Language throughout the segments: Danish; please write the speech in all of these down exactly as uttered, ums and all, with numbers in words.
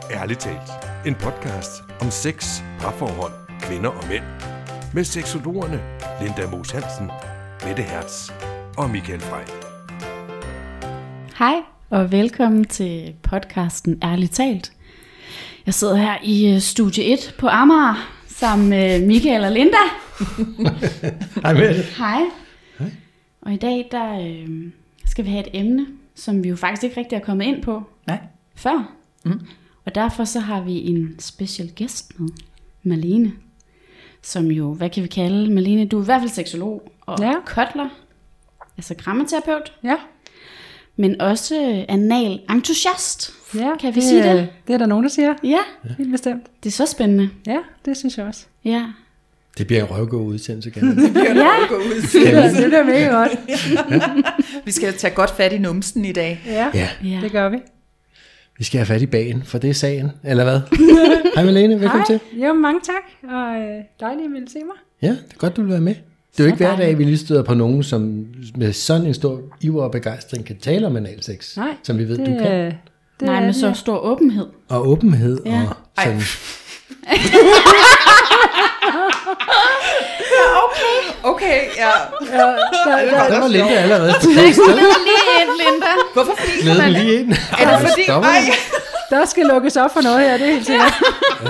Ærligt talt. En podcast om sex, parforhold, kvinder og mænd. Med seksologerne Linda Moos Hansen, Mette Hertz og Michael Frey. Hej og velkommen til podcasten Ærligt talt. Jeg sidder her i studie et på Amager sammen med Michael og Linda. Hej Mette. Hej. Hej. Og i dag der øh, skal vi have et emne, som vi jo faktisk ikke rigtig er kommet ind på Nej. før. Mm. Og derfor så har vi en special gæst med, Malene. Som jo, hvad kan vi kalde? Malene, du er i hvert fald seksolog og ja. kotler, altså grammaterapeut. Ja. Men også anal entusiast. Ja, kan vi det, sige det? Det er der nogen, der siger. Ja. Helt bestemt. Det er så spændende. Ja, det synes jeg også. Ja. Det bliver en røvgod udsendelse, kan man. Det bliver en ja. røvgod udsendelse. Det bliver mega godt. Ja. Vi skal tage godt fat i numsen i dag. Ja, ja. ja. Det gør vi. Vi skal have fat i bagen, for det er sagen, eller hvad? Hej Malene, velkommen Hej. til. Jo, mange tak, og dejligt, at I ville se mig. Ja, det er godt, du vil være med. Det er jo ikke hver dag, vi lige støder på nogen, som med sådan en stor iver og begejstring kan tale om analsex, Nej, som vi ved, det, du kan. Det Nej, med så stor åbenhed. Og åbenhed, ja. Og sådan... Ja, okay. Okay, ja. ja der, der, der var Linda allerede. Glæd lige ind, Linda. Hvorfor fliser man? lige ind. Er det fordi, ej, der skal lukkes op for noget her, det er helt sikkert. Ja.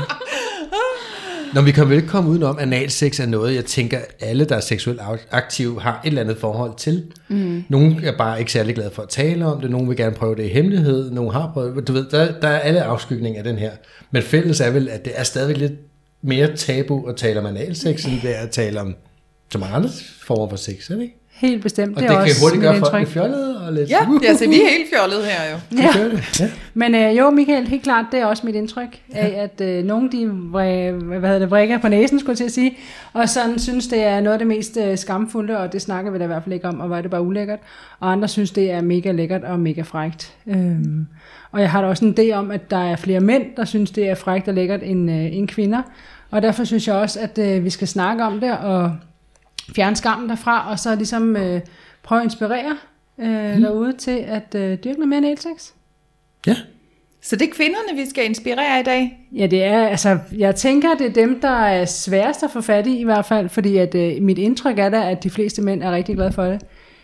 Når vi kan vel ikke komme udenom, analsex er noget, jeg tænker, alle, der er seksuelt aktive, har et eller andet forhold til. Mm. Nogle er bare ikke særlig glade for at tale om det, nogle vil gerne prøve det i hemmelighed, nogle har prøvet, du ved, der, der er alle afskygninger af den her. Men fælles er vel, at det er stadigvæk lidt mere tabu at tale om analsex, end det er at tale om så mange andre former for sex, er det ikke? Helt bestemt. Og det, det, det kan hurtigt gøre folk indtryk. lidt fjollede og lidt... Ja, det er, altså, vi er helt fjollede her jo. Ja. Det. Ja. Men øh, jo, Michael, helt klart, det er også mit indtryk af, at øh, nogle de vre, hvad hedder det, vrikker på næsen, skulle jeg til at sige, og sådan synes, det er noget af det mest øh, skamfulde, og det snakker vi da i hvert fald ikke om, og hvor er det bare ulækkert. Og andre synes, det er mega lækkert og mega frækt. Øhm, og jeg har da også en idé om, at der er flere mænd, der synes, det er frækt og lækkert end, øh, end kvinder. Og derfor synes jeg også, at øh, vi skal snakke om det, og fjerne skammen derfra, og så ligesom... Øh, prøv at inspirere øh, mm. derude til at øh, dyrke noget mere analsex. Ja. Så det er kvinderne, vi skal inspirere i dag? Ja, det er, altså, jeg tænker, det er dem, der er sværest at få fat i, i hvert fald, fordi at, øh, mit indtryk er da, at de fleste mænd er rigtig glade for det.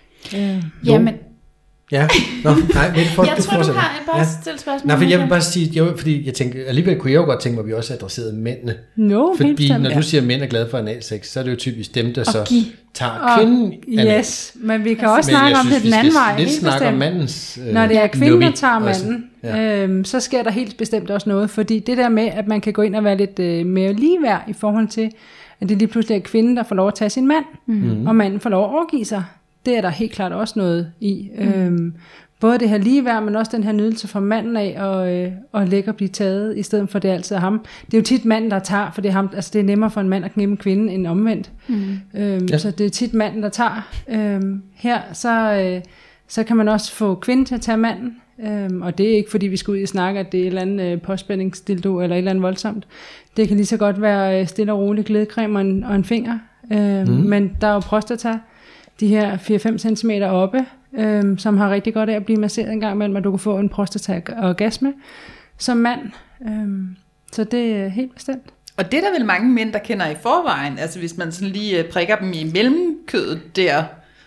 Øh. Jamen... Ja, nå, nej, men folk, jeg du tror, du fortsætter. har bare ja. stille spørgsmål. Nej, for jeg vil bare sige, jeg, fordi jeg tænker, alligevel kunne jeg jo godt tænke mig, at vi også adresserede mændene. No, fordi når du siger, at mænd er glade for analsex, så er det jo typisk dem, der og så give. tager og, kvinden. Yes, men vi kan også men snakke om det den anden vej. Lidt snakke om mandens øh, når det er kvinden, der tager også. manden, ja. øhm, så sker der helt bestemt også noget. Fordi det der med, at man kan gå ind og være lidt øh, mere ligeværd i forhold til, at det lige pludselig er kvinden, der får lov at tage sin mand, mm. og manden får lov at overgive sig. Det er der helt klart også noget i. Mm. Øhm, Både det her ligeværd, men også den her nydelse fra manden af, og, øh, og lægge at blive taget, i stedet for det altid er ham. Det er jo tit manden, der tager, for det er, ham, altså det er nemmere for en mand at knemme en kvinde end omvendt. Mm. Øhm, ja. Så det er tit manden, der tager. Øhm, her, så, øh, så kan man også få kvinden til at tage manden. Øhm, og det er ikke, fordi vi skal ud og snakke, at det er et eller andet øh, påspændingsdildo, eller et eller andet voldsomt. Det kan lige så godt være stille og rolig glidecreme og en, og en finger. Øhm, mm. Men der er jo prostata, de her fire til fem centimeter oppe, Øhm, som har rigtig godt af at blive masseret en gang imellem, at du kan få en prostata-orgasme som mand. Øhm, så det er helt bestemt. Og det er der vel mange mænd, der kender i forvejen, altså hvis man sådan lige prikker dem i mellemkødet der,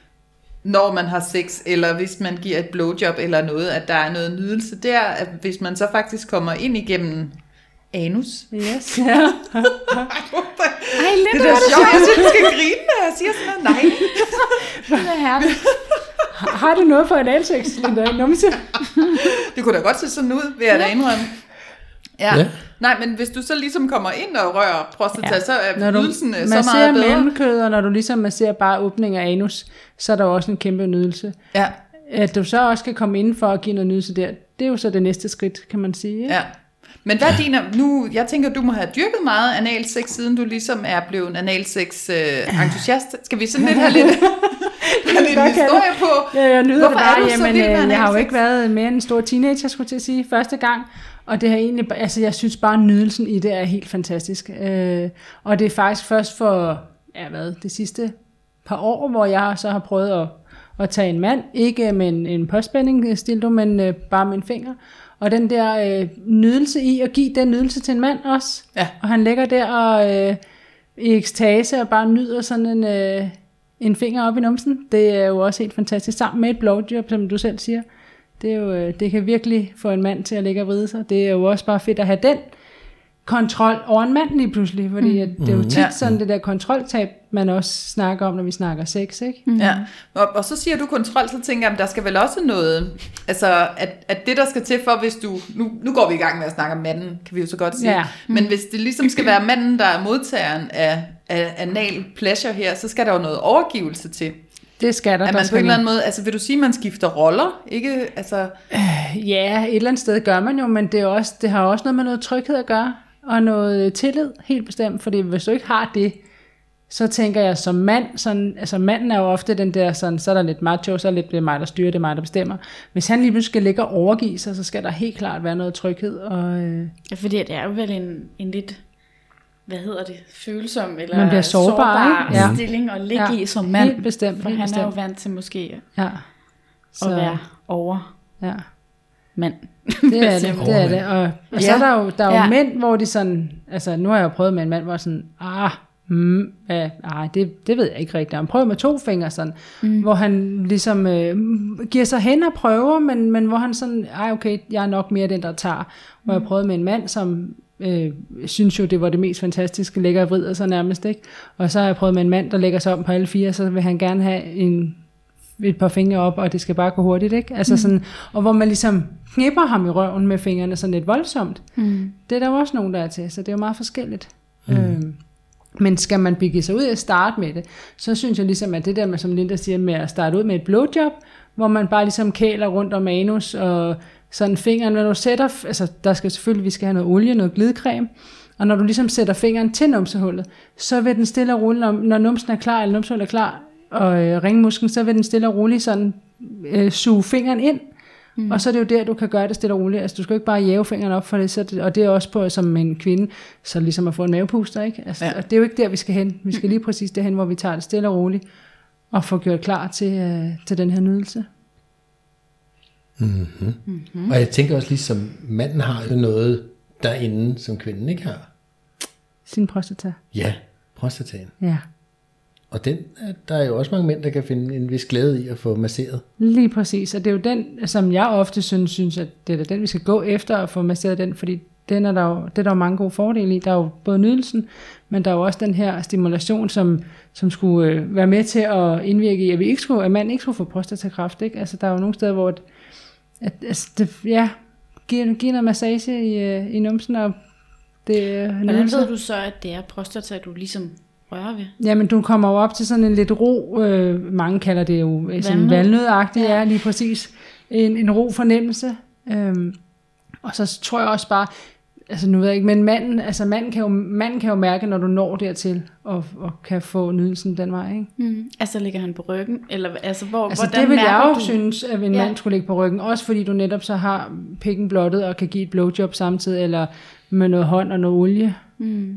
når man har sex, eller hvis man giver et blowjob eller noget, at der er noget nydelse der, at hvis man så faktisk kommer ind igennem anus. Yes. Ja. Ej, lidt det er sjovt, jeg synes, du skal grine, når jeg siger sådan noget. Nej. Det er herligt. Har du noget for analsex, Linda? Numse? Det kunne da godt se sådan ud, vil jeg da indrømme. Ja. ja. Nej, men hvis du så ligesom kommer ind og rører prostata, ja. så er nydelsen så meget bedre. Mellemkød, og når du ligesom masserer bare åbning af anus, så er der også en kæmpe nydelse. Ja. At du så også kan komme ind for at give noget nydelse der, det er jo så det næste skridt, kan man sige. Ikke? Ja. Men hvad er dine, nu, jeg tænker, du må have dyrket meget analsex, siden du ligesom er blevet en analsex-entusiast. Øh, Skal vi sådan lidt have lidt, have lidt historie på? Ja, jeg nyder Hvorfor det bare. Jamen, jeg, jeg har jo ikke været mere end en stor teenager, skulle jeg til at sige, første gang. Og det har egentlig, altså jeg synes bare, nydelsen i det er helt fantastisk. Øh, og det er faktisk først for, ja hvad, det sidste par år, hvor jeg så har prøvet at, at tage en mand, ikke med en, en påspændingsdildo, men øh, bare med en finger, Og den der øh, nydelse i at give den nydelse til en mand også. Ja. Og han ligger der og øh, i ekstase og bare nyder sådan en, øh, en finger op i numsen. Det er jo også helt fantastisk. Sammen med et blowjob, som du selv siger. Det, er jo, øh, det kan virkelig få en mand til at ligge og vride sig. Det er jo også bare fedt at have den kontrol over en mand lige pludselig. Fordi at det er jo tit Ja. sådan det der kontroltab, man også snakker om, når vi snakker sex, ikke? Mm. Ja, og, og så siger du kontrol, så tænker jeg, at der skal vel også noget, altså at, at det der skal til for, hvis du, nu, nu går vi i gang med at snakke om manden, kan vi jo så godt sige, Ja. men hvis det ligesom skal være manden, der er modtageren af, af anal pleasure her, så skal der jo noget overgivelse til. Det skal der. At der man skal på en eller anden måde, altså vil du sige, at man skifter roller, ikke? Altså, Ja, et eller andet sted gør man jo, men det, er også, det har også noget med noget tryghed at gøre, og noget tillid, helt bestemt, fordi hvis du ikke har det, så tænker jeg som mand, sådan, altså manden er jo ofte den der, sådan, så er der lidt macho, så er det lidt det er mig, der styrer, det er mig, der bestemmer. Hvis han lige pludselig skal ligge og overgive sig, så skal der helt klart være noget tryghed. Og, øh, Ja, fordi det er jo vel en, en lidt, hvad hedder det, følsom eller Man bliver sårbar, sårbar ikke? Ja. stilling at ligge Ja, i som mand. helt bestemt, For helt han er jo bestemt. vant til måske ja. at være over ja. mand. Det er det, det er det. Og, og så Ja. er der jo, der er jo Ja. mænd, hvor de sådan, altså nu har jeg jo prøvet med en mand, hvor sådan, ah, mm, ja, ah det, det ved jeg ikke rigtigt. Han prøver med to fingre sådan, mm. hvor han ligesom øh, giver sig hen og prøver, men, men hvor han sådan, ej okay, jeg er nok mere den, der tager. Hvor jeg prøvede med en mand, som øh, synes jo, det var det mest fantastiske, ligger og vrider sig nærmest, ikke? Og så har jeg prøvet med en mand, der lægger sig om på alle fire, så vil han gerne have en et par fingre op, og det skal bare gå hurtigt, ikke? Altså mm. sådan, og hvor man ligesom knipper ham i røven med fingrene sådan lidt voldsomt. Mm. Det er der jo også nogen, der er til, så det er jo meget forskelligt. Mm. Øhm, men skal man bygge sig ud og starte med det, så synes jeg ligesom, at det der med, som Linda siger, med at starte ud med et blowjob, hvor man bare ligesom kæler rundt om anus, og sådan fingeren, når du sætter, altså der skal selvfølgelig, vi skal have noget olie, noget glidecreme, og når du ligesom sætter fingeren til numsehullet, så vil den stille og roligt, når numsen er klar, eller numsehullet er klar, og øh, ringmusklen, så vil den stille og roligt sådan øh, suge fingeren ind, mm. og så er det jo der, du kan gøre det stille og roligt. Altså du skal jo ikke bare jæve fingeren op for det, så det, og det er også på som en kvinde, så ligesom at få en mavepuster, ikke? Altså, Ja. og det er jo ikke der, vi skal hen. Vi skal lige præcis derhen, hvor vi tager det stille og roligt, og får gjort klar til, øh, til den her nydelse. Mm-hmm. Mm-hmm. Og jeg tænker også ligesom, manden har jo noget derinde, som kvinden ikke har. Sin prostata. Ja, prostataen. Ja. Og den, der er jo også mange mænd, der kan finde en vis glæde i at få masseret. Lige præcis, og det er jo den, som jeg ofte synes, synes at det er den, vi skal gå efter og få masseret den, fordi den er der jo, det er der jo mange gode fordele i. Der er jo både nydelsen, men der er jo også den her stimulation, som, som skulle øh, være med til at indvirke i, at, vi ikke skulle, at man ikke skulle få prostatakræft. Ikke? Altså, der er jo nogle steder, hvor at, at, altså, det, ja, giver, giver noget massage i, øh, i numsen, og det er Hvordan nydelse. ved du så, at det er prostata, du ligesom rører ved? Jamen, du kommer jo op til sådan en lidt ro, øh, mange kalder det jo øh, sådan Valnød. valnødagtigt, ja. Ja. ja, lige præcis. En, en ro fornemmelse. Øhm, og så tror jeg også bare, altså nu ved jeg ikke, men manden, altså manden kan jo, manden kan jo mærke, når du når dertil, og, og kan få nydelsen den vej, ikke? Mm. Altså ligger han på ryggen? Eller altså, hvor, Altså hvordan det vil jeg mærker jo du? synes, at en Ja. mand skulle ligge på ryggen, også fordi du netop så har pikken blottet, og kan give et blowjob samtidig, eller med noget hånd og noget olie. Mm.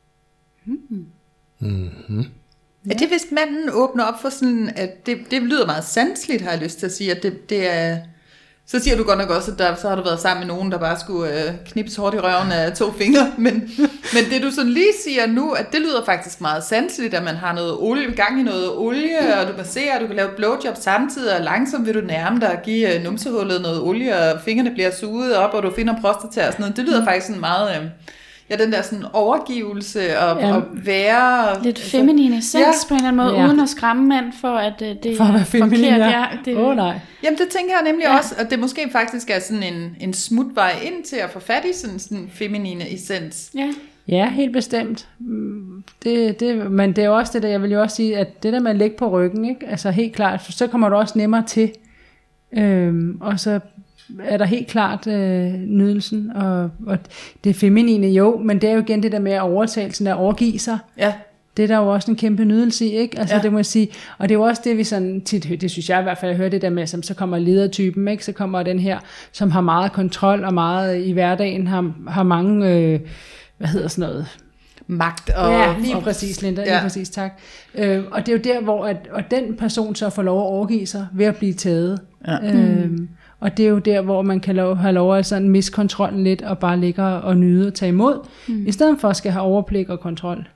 Mm-hmm. er det hvis manden åbner op for sådan, at det, det lyder meget sanseligt, har jeg lyst til at sige, at det, det er, så siger du godt nok også, at der, så har du været sammen med nogen, der bare skulle øh, knipse hårdt i røven af to fingre, men, men det du sådan lige siger nu, at det lyder faktisk meget sanseligt, at man har noget olie, gang i noget olie, og du masserer, og du kan lave blowjob samtidig, og langsomt vil du nærme dig og give øh, numsehullet noget olie, og fingrene bliver suget op, og du finder prostata og sådan noget. Det lyder faktisk sådan meget, øh, ja, den der sådan overgivelse og, Ja. og være... Lidt feminin essens ja. på en eller anden måde, Ja. uden at skræmme mand for, at uh, det For at er være feminin, forkert. ja. Ja, det, Åh oh, nej. Jamen det tænker jeg nemlig Ja. ja. også, at det måske faktisk er sådan en, en smutvej ind til at få fat i sådan en feminine essens. Ja. Ja, helt bestemt. Mm, Det, det, men det er jo også det der, jeg vil jo også sige, at det der med at ligge på ryggen, ikke? Altså helt klart, for så kommer du også nemmere til. Øhm, og så er der helt klart øh, nydelsen, og, og det feminine jo, men det er jo igen det der med at overtagelsen, at overgive sig. Ja, Det er der jo også en kæmpe nydelse i, ikke? Altså Ja. det må jeg sige, og det er jo også det, vi sådan tit hører, det synes jeg i hvert fald, jeg hører det der med, som så kommer ledertypen, ikke? Så kommer den her, som har meget kontrol og meget i hverdagen, har, har mange, øh, hvad hedder sådan noget, magt og... ja, lige og, præcis, Linda, ja. lige præcis, tak. Øh, og det er jo der, hvor at, og den person så får lov at overgive sig ved at blive taget. Ja. Øhm, Og det er jo der, hvor man kan lov, have lov at sådan miste kontrollen lidt, og bare ligge og nyde og tage imod, mm. i stedet for at skal have overblik og kontrol.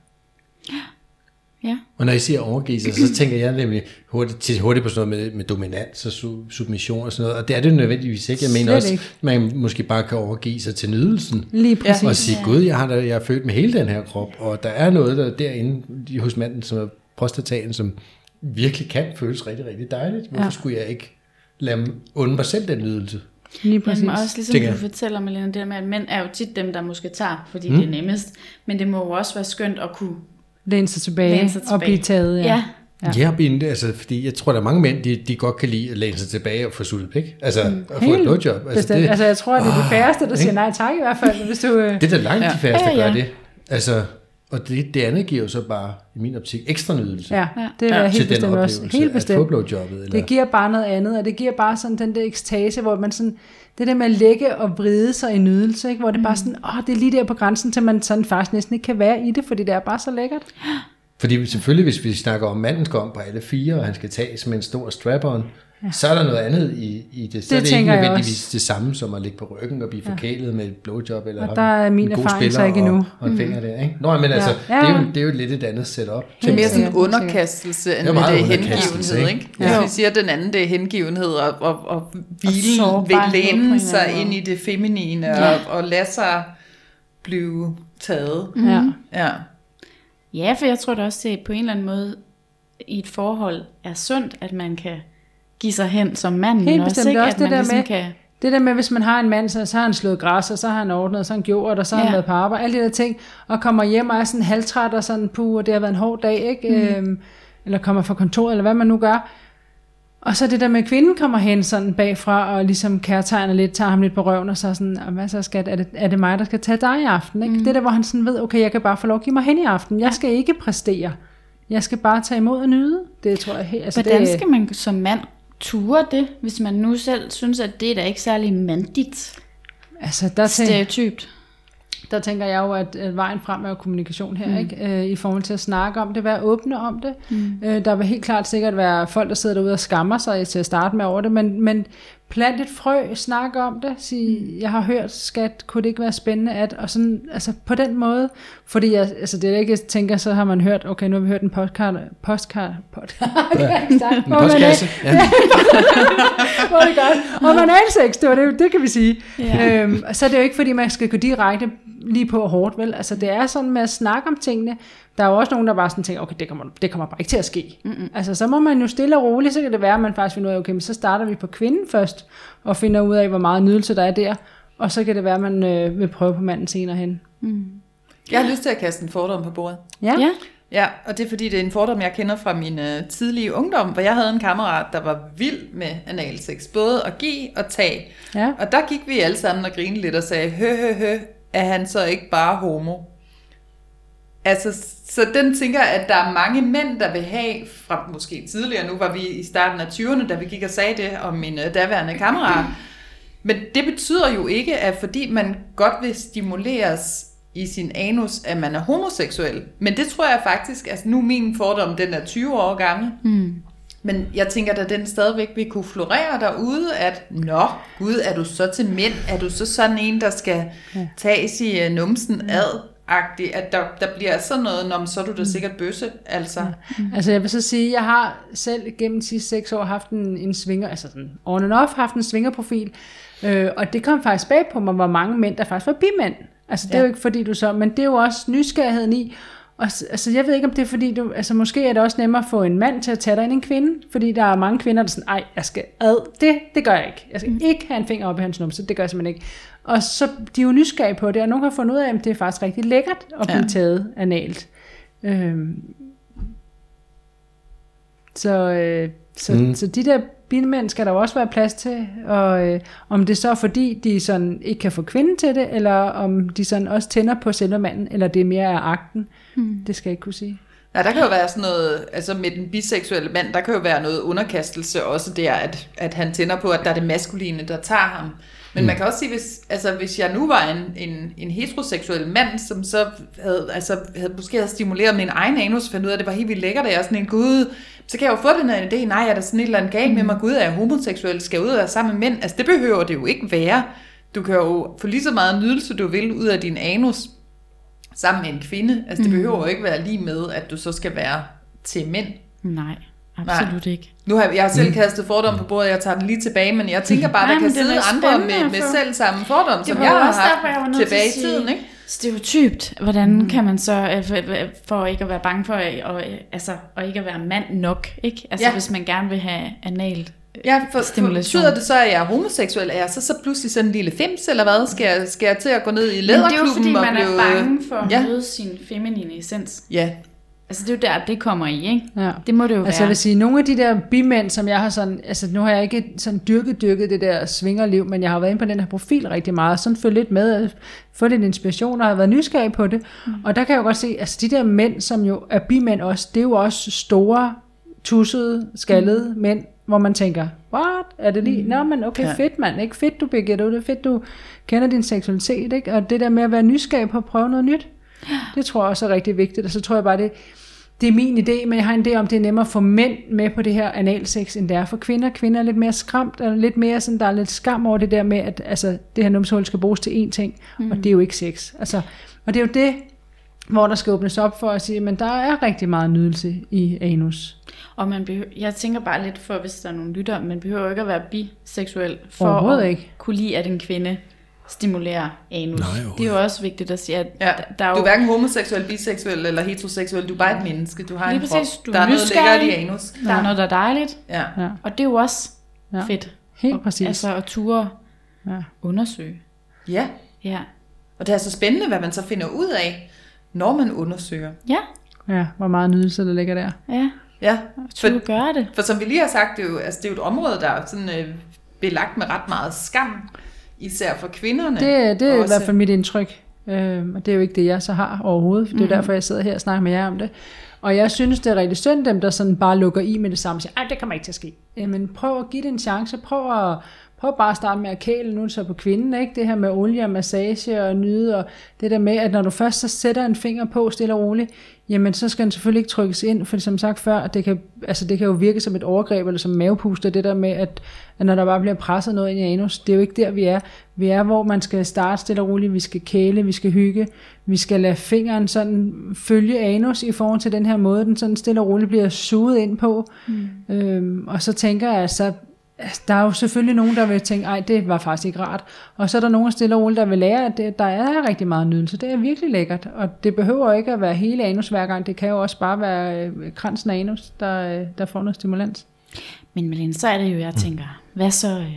Ja. Og når I siger overgive sig, så tænker jeg nemlig hurtigt, til hurtigt på sådan noget med, med dominans og su- submission og sådan noget, og det er det nødvendigvis ikke. Jeg mener Slet også, ikke. man måske bare kan overgive sig til nydelsen. Lige præcis. Og sige, gud, jeg har da, jeg er født med hele den her krop, og der er noget der derinde hos manden, som er prostataen, som virkelig kan føles rigtig, rigtig dejligt. Hvorfor ja. skulle jeg ikke lade unde mig selv den nydelse? Lige præcis. Jamen også ligesom du fortæller, Malene, det der med, at mænd er jo tit dem, der måske tager, fordi mm. det er nemmest. Men det må jo også være skønt at kunne læne sig tilbage, læne sig tilbage. og blive taget. Ja. Ja. Ja, ja binde, altså, fordi jeg tror, der er mange mænd, de, de godt kan lide at læne sig tilbage og få suttet pik. Altså, mm. at få et blowjob. Altså, det, altså, jeg tror, det er de færreste, der siger nej tak i hvert fald. Hvis du, øh... Det er da langt ja. de færreste, der ja, ja. gør det. Altså, og det, det andet giver jo så bare, i min optik, ekstra nydelse. Ja, det er ja. helt bestemt også. Helt bestemt. At få blowjobbet. Eller... Det giver bare noget andet, og det giver bare sådan den der ekstase, hvor man sådan, det der med at lægge og vride sig i nydelse, ikke? Hvor det mm. bare sådan, åh, det er lige der på grænsen, til man sådan faktisk næsten ikke kan være i det, fordi det er bare så lækkert. Fordi selvfølgelig, hvis vi snakker om, manden skal om på alle fire, og han skal tages med en stor strap-on, ja. så er der noget andet i, i det. Så det er det ikke nødvendigvis det samme, som at ligge på ryggen og blive ja. forkælet med et blowjob, eller og der er min erfaring så ikke endnu. Og, og en finger der, ikke? Nå, men altså, ja. Ja. Det, er jo, det er jo lidt et andet setup. Det er mere sådan en underkastelse, end det er hengivenhed, ikke? Hvis ja. vi siger, at den anden, det er hengivenhed, og, og, og hvile, og læne sig ind i det feminine, ja. og, og lade sig blive taget. Ja. Ja. Ja, for jeg tror da også, det på en eller anden måde i et forhold er sundt, at man kan give sig hen som mand. Helt bestemt også, ikke? også at det man der ligesom med, kan... det der med, hvis man har en mand, så, så har han slået græs, og så har han ordnet, og så har han gjort, og så har ja. han været på arbejde, alle de der ting, og kommer hjem og er sådan halvtræt og sådan, puh, og det har været en hård dag, ikke? Mm. Øhm, eller kommer fra kontoret, eller hvad man nu gør. Og så det der med, at kvinden kommer hen sådan bagfra, og ligesom kærtegner lidt, tager ham lidt på røven, og så sådan, hvad så skat, er det, er det mig, der skal tage dig i aften? Ikke? Mm. Det der, hvor han sådan ved, okay, jeg kan bare få lov at give mig hen i aften. Jeg skal ikke præstere. Jeg skal bare tage imod og nyde. Det tror jeg helt... Altså, hvordan det, skal man som mand ture det, hvis man nu selv synes, at det er da ikke særlig mandigt altså, der stereotypt? Der tænker jeg jo, at vejen frem er kommunikation her, mm. ikke? Øh, i forhold til at snakke om det, være åbne om det. Mm. Øh, der vil helt klart sikkert være folk, der sidder derude og skammer sig til at starte med over det, men, men plant et frø, snak om det, sig, mm. jeg har hørt, skat, kunne det ikke være spændende at, og sådan, altså på den måde, fordi jeg, altså det er ikke, jeg tænker, så har man hørt, okay, nu har vi hørt en podcast, podcast, podcast, ja. en postkasse, ja. Hvor er det godt, og analsex, det var det, det kan vi sige. Yeah. Øhm, så er det jo ikke, fordi man skal gå direkte lige på hårdt, vel, altså det er sådan med at snakke om tingene. Der er jo også nogen, der bare sådan tænker, okay, det kommer, det kommer bare ikke til at ske. Mm-mm. Altså, så må man jo stille og roligt, så kan det være, at man faktisk finder ud af, okay, men så starter vi på kvinden først, og finder ud af, hvor meget nydelse der er der, og så kan det være, at man øh, vil prøve på manden senere hen. Mm. Jeg har lyst til at kaste en fordom på bordet. Ja. ja. Ja, og det er fordi, det er en fordom, jeg kender fra min øh, tidlige ungdom, hvor jeg havde en kammerat, der var vild med analsex, både at give og tage. Ja. Og der gik vi alle sammen og grinede lidt og sagde, hø, hø, hø, er han så ikke bare homo? Altså, så den tænker, at der er mange mænd, der vil have, fra måske tidligere, nu var vi i starten af tyverne, da vi gik og sagde det om min daværende kammerat. Men det betyder jo ikke, at fordi man godt vil stimuleres i sin anus, at man er homoseksuel. Men det tror jeg faktisk, altså nu min fordom, den er tyve år gammel. Mm. Men jeg tænker, at den stadigvæk vil kunne florere derude, at nå, gud, er du så til mænd? Er du så sådan en, der skal tages i numsen ad? At der, der bliver sådan noget, når så er du da sikkert bøsse, altså. Ja. Altså jeg vil så sige, jeg har selv gennem de sidste seks år haft en, en svinger, altså sådan on and off, haft en svingerprofil, øh, og det kom faktisk bag på mig, hvor mange mænd, der faktisk var bimænd. Altså det er ja. jo ikke fordi du så, men det er jo også nysgerrigheden i, og altså jeg ved ikke om det er fordi du, altså måske er det også nemmere at få en mand til at tage dig ind en kvinde, fordi der er mange kvinder, der er sådan, ej, jeg skal ad, det, det gør jeg ikke. Jeg skal mm. ikke have en finger op i hans numse, det gør jeg simpelthen ikke. Og så de er jo nysgerrige på det, og nogen har fundet ud af, at det er faktisk rigtig lækkert at blive ja. taget analt. Øhm. Så, øh, så, mm. så de der bilmænd skal der jo også være plads til, og øh, om det så er fordi, de sådan ikke kan få kvinden til det, eller om de sådan også tænder på selve manden, eller det er mere af akten, mm. det skal jeg ikke kunne sige. Ja, der kan jo være sådan noget, altså med den biseksuelle mand, der kan jo være noget underkastelse også der, at, at han tænder på, at der er det maskuline, der tager ham. Men man kan også sige, hvis, altså, hvis jeg nu var en, en, en heteroseksuel mand, som så havde, altså, havde måske havde stimuleret min egen anus, og fandt ud af, at det var helt vildt lækkert, og jeg er sådan en gud, så kan jeg jo få den her idé, nej, er der sådan et eller andet galt med mig, gud, er jeg homoseksuel, skal jeg ud og være sammen med mænd? Altså det behøver det jo ikke være. Du kan jo få lige så meget nydelse, du vil, ud af din anus, sammen med en kvinde. Altså det behøver jo ikke være lige med, at du så skal være til mænd. Nej. Absolut Nej. ikke. Nu har jeg har selv kastet fordom på bordet, jeg tager den lige tilbage, men jeg tænker bare, der kan sidde andre med, med selv samme fordom, som jeg har haft derfor, jeg tilbage i tiden. Ikke? Stereotypt. Hvordan mm. kan man så, for ikke at være bange for, og, altså, og ikke at være mand nok, ikke? Altså ja. Hvis man gerne vil have anal ja, for, stimulation. Betyder det så, at jeg er homoseksuel? Er jeg så, så pludselig sådan en lille fims, eller hvad? Skal jeg, skal jeg til at gå ned i læderklubben? Men det er jo fordi, man blive... er bange for at ja. møde sin feminine essens. Ja. Altså det er jo der, det kommer i, ikke? Ja. Det må det jo altså, være. Altså jeg vil sige, nogle af de der bimænd, som jeg har sådan, altså nu har jeg ikke sådan dyrket, dyrket det der svingerliv, men jeg har været inde på den her profil rigtig meget, sådan følge lidt med, få lidt inspiration, og har været nysgerrig på det. Mm. Og der kan jeg jo godt se, altså de der mænd, som jo er bimænd også, det er jo også store, tussede, skaldede mm. mænd, hvor man tænker, what? Er det lige? Mm. Nå, men okay, ja. Fedt mand, ikke? Fedt du Birgitte, det er fedt du kender din seksualitet, ikke? Og det der med at være nysgerrig på at prøve noget nyt, det tror jeg også er rigtig vigtigt, og så tror jeg bare, det Det er min idé, men jeg har en idé om, det er nemmere at få mænd med på det her analsex, end det er for kvinder. Kvinder er lidt mere skræmt, og lidt mere sådan, der er lidt skam over det der med, at altså, det her numsehul skal bruges til én ting, mm. og det er jo ikke sex. Altså, og det er jo det, hvor der skal åbnes op for at sige, men der er rigtig meget nydelse i anus. Og man behøver, jeg tænker bare lidt for, hvis der er nogle lytter, man behøver ikke at være biseksuel for at ikke. kunne lide, at en kvinde stimulerer anus. Nej, det er jo også vigtigt at sige, at ja. der, der er jo... Du er hverken homoseksuel, biseksuel eller heteroseksuel, du er bare et menneske, du har lige en krop, præcis, du der er noget lækkert i anus. Der ja. er noget, der er dejligt, ja. Ja. og det er jo også ja. fedt. Helt og, præcis. Altså at ture ja. undersøge. Ja. ja, og det er så spændende, hvad man så finder ud af, når man undersøger. Ja. Ja, hvor meget nydelse der ligger der. Ja, ja. For, du gør det. For som vi lige har sagt, det er jo, altså, det er jo et område, der er sådan, øh, belagt med ret meget skam, især for kvinderne. Det, det er også i hvert fald mit indtryk, øh, og det er jo ikke det, jeg så har overhovedet. Det er mm. derfor, jeg sidder her og snakker med jer om det. Og jeg synes, det er rigtig synd, dem der sådan bare lukker i med det samme og siger, ej, det kommer ikke til at ske. Men prøv at give det en chance, prøv at, prøv bare at starte med at kæle nu så på kvinden, ikke? Det her med olie og massage og nyde, og det der med, at når du først så sætter en finger på stille og roligt, jamen så skal den selvfølgelig ikke trykkes ind, for som sagt før, det kan, altså det kan jo virke som et overgreb eller som mavepuster, det der med, at, at når der bare bliver presset noget ind i anus, det er jo ikke der, vi er. Vi er, hvor man skal starte stille og roligt, vi skal kæle, vi skal hygge, vi skal lade fingeren sådan følge anus i forhold til den her måde, den sådan stille og roligt bliver suget ind på. Mm. Øhm, og så tænker jeg, så der er jo selvfølgelig nogen, der vil tænke, ej, det var faktisk ikke rart. Og så er der nogen stille og roligt, der vil lære, at det, der er rigtig meget nydelse. Det er virkelig lækkert. Og det behøver ikke at være hele anus hver gang. Det kan jo også bare være øh, kransen af anus, der, øh, der får noget stimulans. Men Malene, så er det jo, jeg tænker, hvad så øh,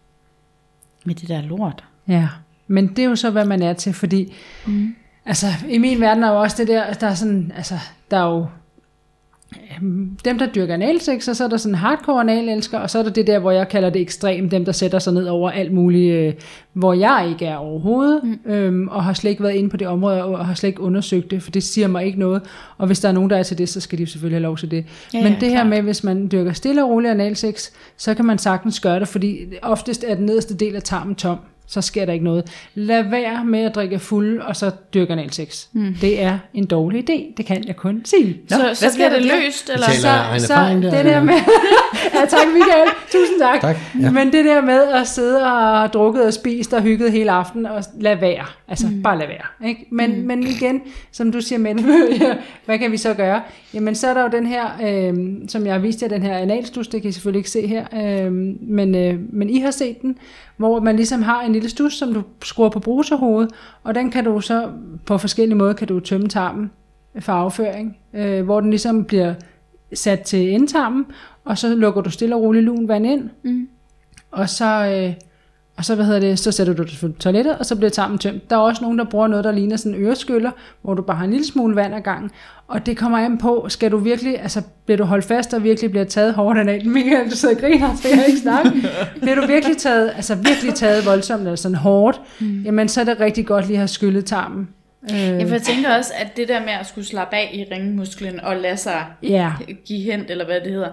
med det der lort? Ja, men det er jo så, hvad man er til, fordi mm. altså, i min verden er jo også det der, der er sådan, altså, der er jo dem, der dyrker analsex, og så er der sådan hardcore analelsker, og så er der det der, hvor jeg kalder det ekstrem, dem, der sætter sig ned over alt muligt, øh, hvor jeg ikke er overhovedet, mm. øhm, og har slet ikke været inde på det område, og har slet ikke undersøgt det, for det siger mig ikke noget, og hvis der er nogen, der er til det, så skal de selvfølgelig have lov til det. Ja, Men ja, det her klart. Med, hvis man dyrker stille og roligt analsex, så kan man sagtens gøre det, fordi oftest er den nederste del af tarmen tom, så sker der ikke noget. Lad være med at drikke fuld, og så dyrke analsex. Mm. Det er en dårlig idé, det kan jeg kun sige. Nå, så så bliver det løst? Eller? Så, så der, det der med, ja, tak Michael, tusind tak. tak ja. Men det der med at sidde og have drukket og spist og hygget hele aften, og lad være, altså mm. bare lad være. Ikke? Men, mm. men igen, som du siger, Mette, hvad kan vi så gøre? Jamen så er der jo den her, øh, som jeg har vist jer, den her analstus, det kan I selvfølgelig ikke se her, øh, men, øh, men I har set den, hvor man ligesom har en lille stus, som du skruer på bruserhovedet, og den kan du så på forskellige måder kan du tømme tarmen for afføring, øh, hvor den ligesom bliver sat til indtarmen, og så lukker du stille og roligt lun vand ind, mm. og så øh, og så hvad hedder det, så sætter du det på toilettet, og så bliver tarmen tømt. Der er også nogen, der bruger noget, der ligner sådan en øreskyller, hvor du bare har en lille smule vand ad gangen, og det kommer an på, skal du virkelig, altså bliver du holdt fast og virkelig bliver taget hårdt af den, Michael, du sidder og griner, så jeg ikke snakke, bliver du virkelig taget, altså virkelig taget voldsomt, eller sådan hårdt, mm. jamen så er det rigtig godt lige at have skyllet tarmen. Øh. Jeg tænker også, at det der med at skulle slappe af i ringmusklen og lade sig yeah. give hen, eller hvad det hedder,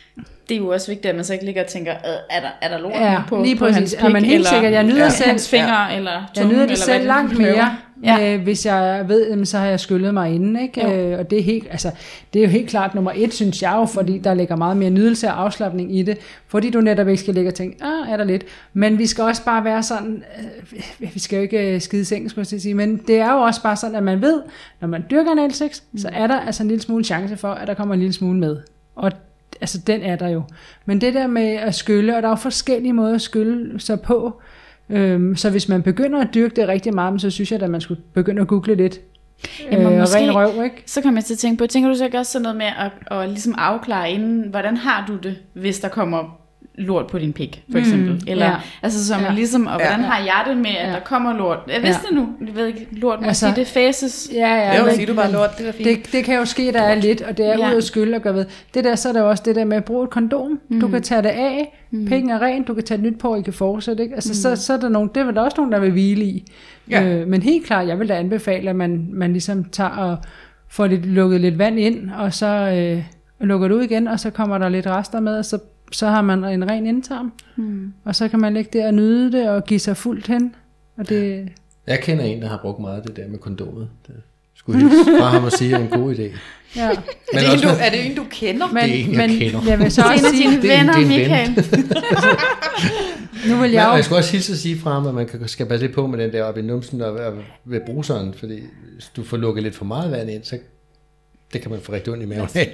det er jo også vigtigt, at man så ikke ligger og tænker, er der, er der lort ja, på, lige på præcis. hans pik, Ja, men helt eller sikkert, jeg nyder ja. selv, hans fingre, ja. eller jeg tunge, nyder det eller selv hvad langt prøver. mere, Ja. øh, hvis jeg ved, så har jeg skyllet mig inden, ikke? Øh, og det er, helt, altså, det er jo helt klart nummer et, synes jeg jo, fordi der ligger meget mere nydelse og afslapning i det, fordi du netop ikke skal ligge og tænke, ah, er der lidt, men vi skal også bare være sådan, øh, vi skal jo ikke øh, skide i sengen, skulle jeg sige, men det er jo også bare sådan, at man ved, når man dyrker analsex, mm. så er der altså en lille smule chance for, at der kommer en lille smule med, og altså den er der jo. Men det der med at skylle, og der er jo forskellige måder at skylle sig på, øhm, så hvis man begynder at dyrke det rigtig meget, så synes jeg, at man skulle begynde at google lidt. Jamen, øh, måske, ren røv, ikke? Så kommer jeg til at tænke på, tænker du så ikke også sådan noget med at, at ligesom afklare inden, hvordan har du det, hvis der kommer lort på din pik, for eksempel. Mm, Eller, ja. altså så man Ja. ligesom, og hvordan Ja. har jeg det med, at Ja. der kommer lort? Jeg vidste Ja. det nu, jeg ved ikke, lort, må Altså, altså, sige, det faces. Ja, ja. Jo, men- siger du bare lort, det er fint. Det, det kan jo ske, der er lidt, og det er Ja. ud at skylde og gøre ved. Det der, så er der jo også det der med at bruge et kondom. Mm. Du kan tage det af, mm. pikken er ren, du kan tage et nyt på, og I kan fortsætte. Ikke? Altså, mm. så, så er der nogen, det er der også nogen, der vil hvile i. Ja. Øh, men helt klart, jeg vil da anbefale, at man, man ligesom tager og får lidt, lukket lidt vand ind, og så øh, lukker det ud igen, og så kommer der lidt rester med, og så, så har man en ren indtarm. Mm. Og så kan man ligge der og nyde det, og give sig fuldt hen. Og det... Jeg kender en, der har brugt meget af det der med kondomet. Det skulle hilse fra ham og sige, at det er en god idé. Ja. Er Men det, også, en, du, er det en, du kender? Men, Det er en, jeg men kender. jeg vil så Det er også en af sige, dine det er en- venner, det er en ven. Michael. nu vil men, jeg og jo... jeg skulle også hilse at sige fra ham, at man kan, skal passe lidt på med den der oppe i numsen og, og ved bruseren, fordi hvis du får lukket lidt for meget vand ind, så det kan man få rigtig ondt i maven af.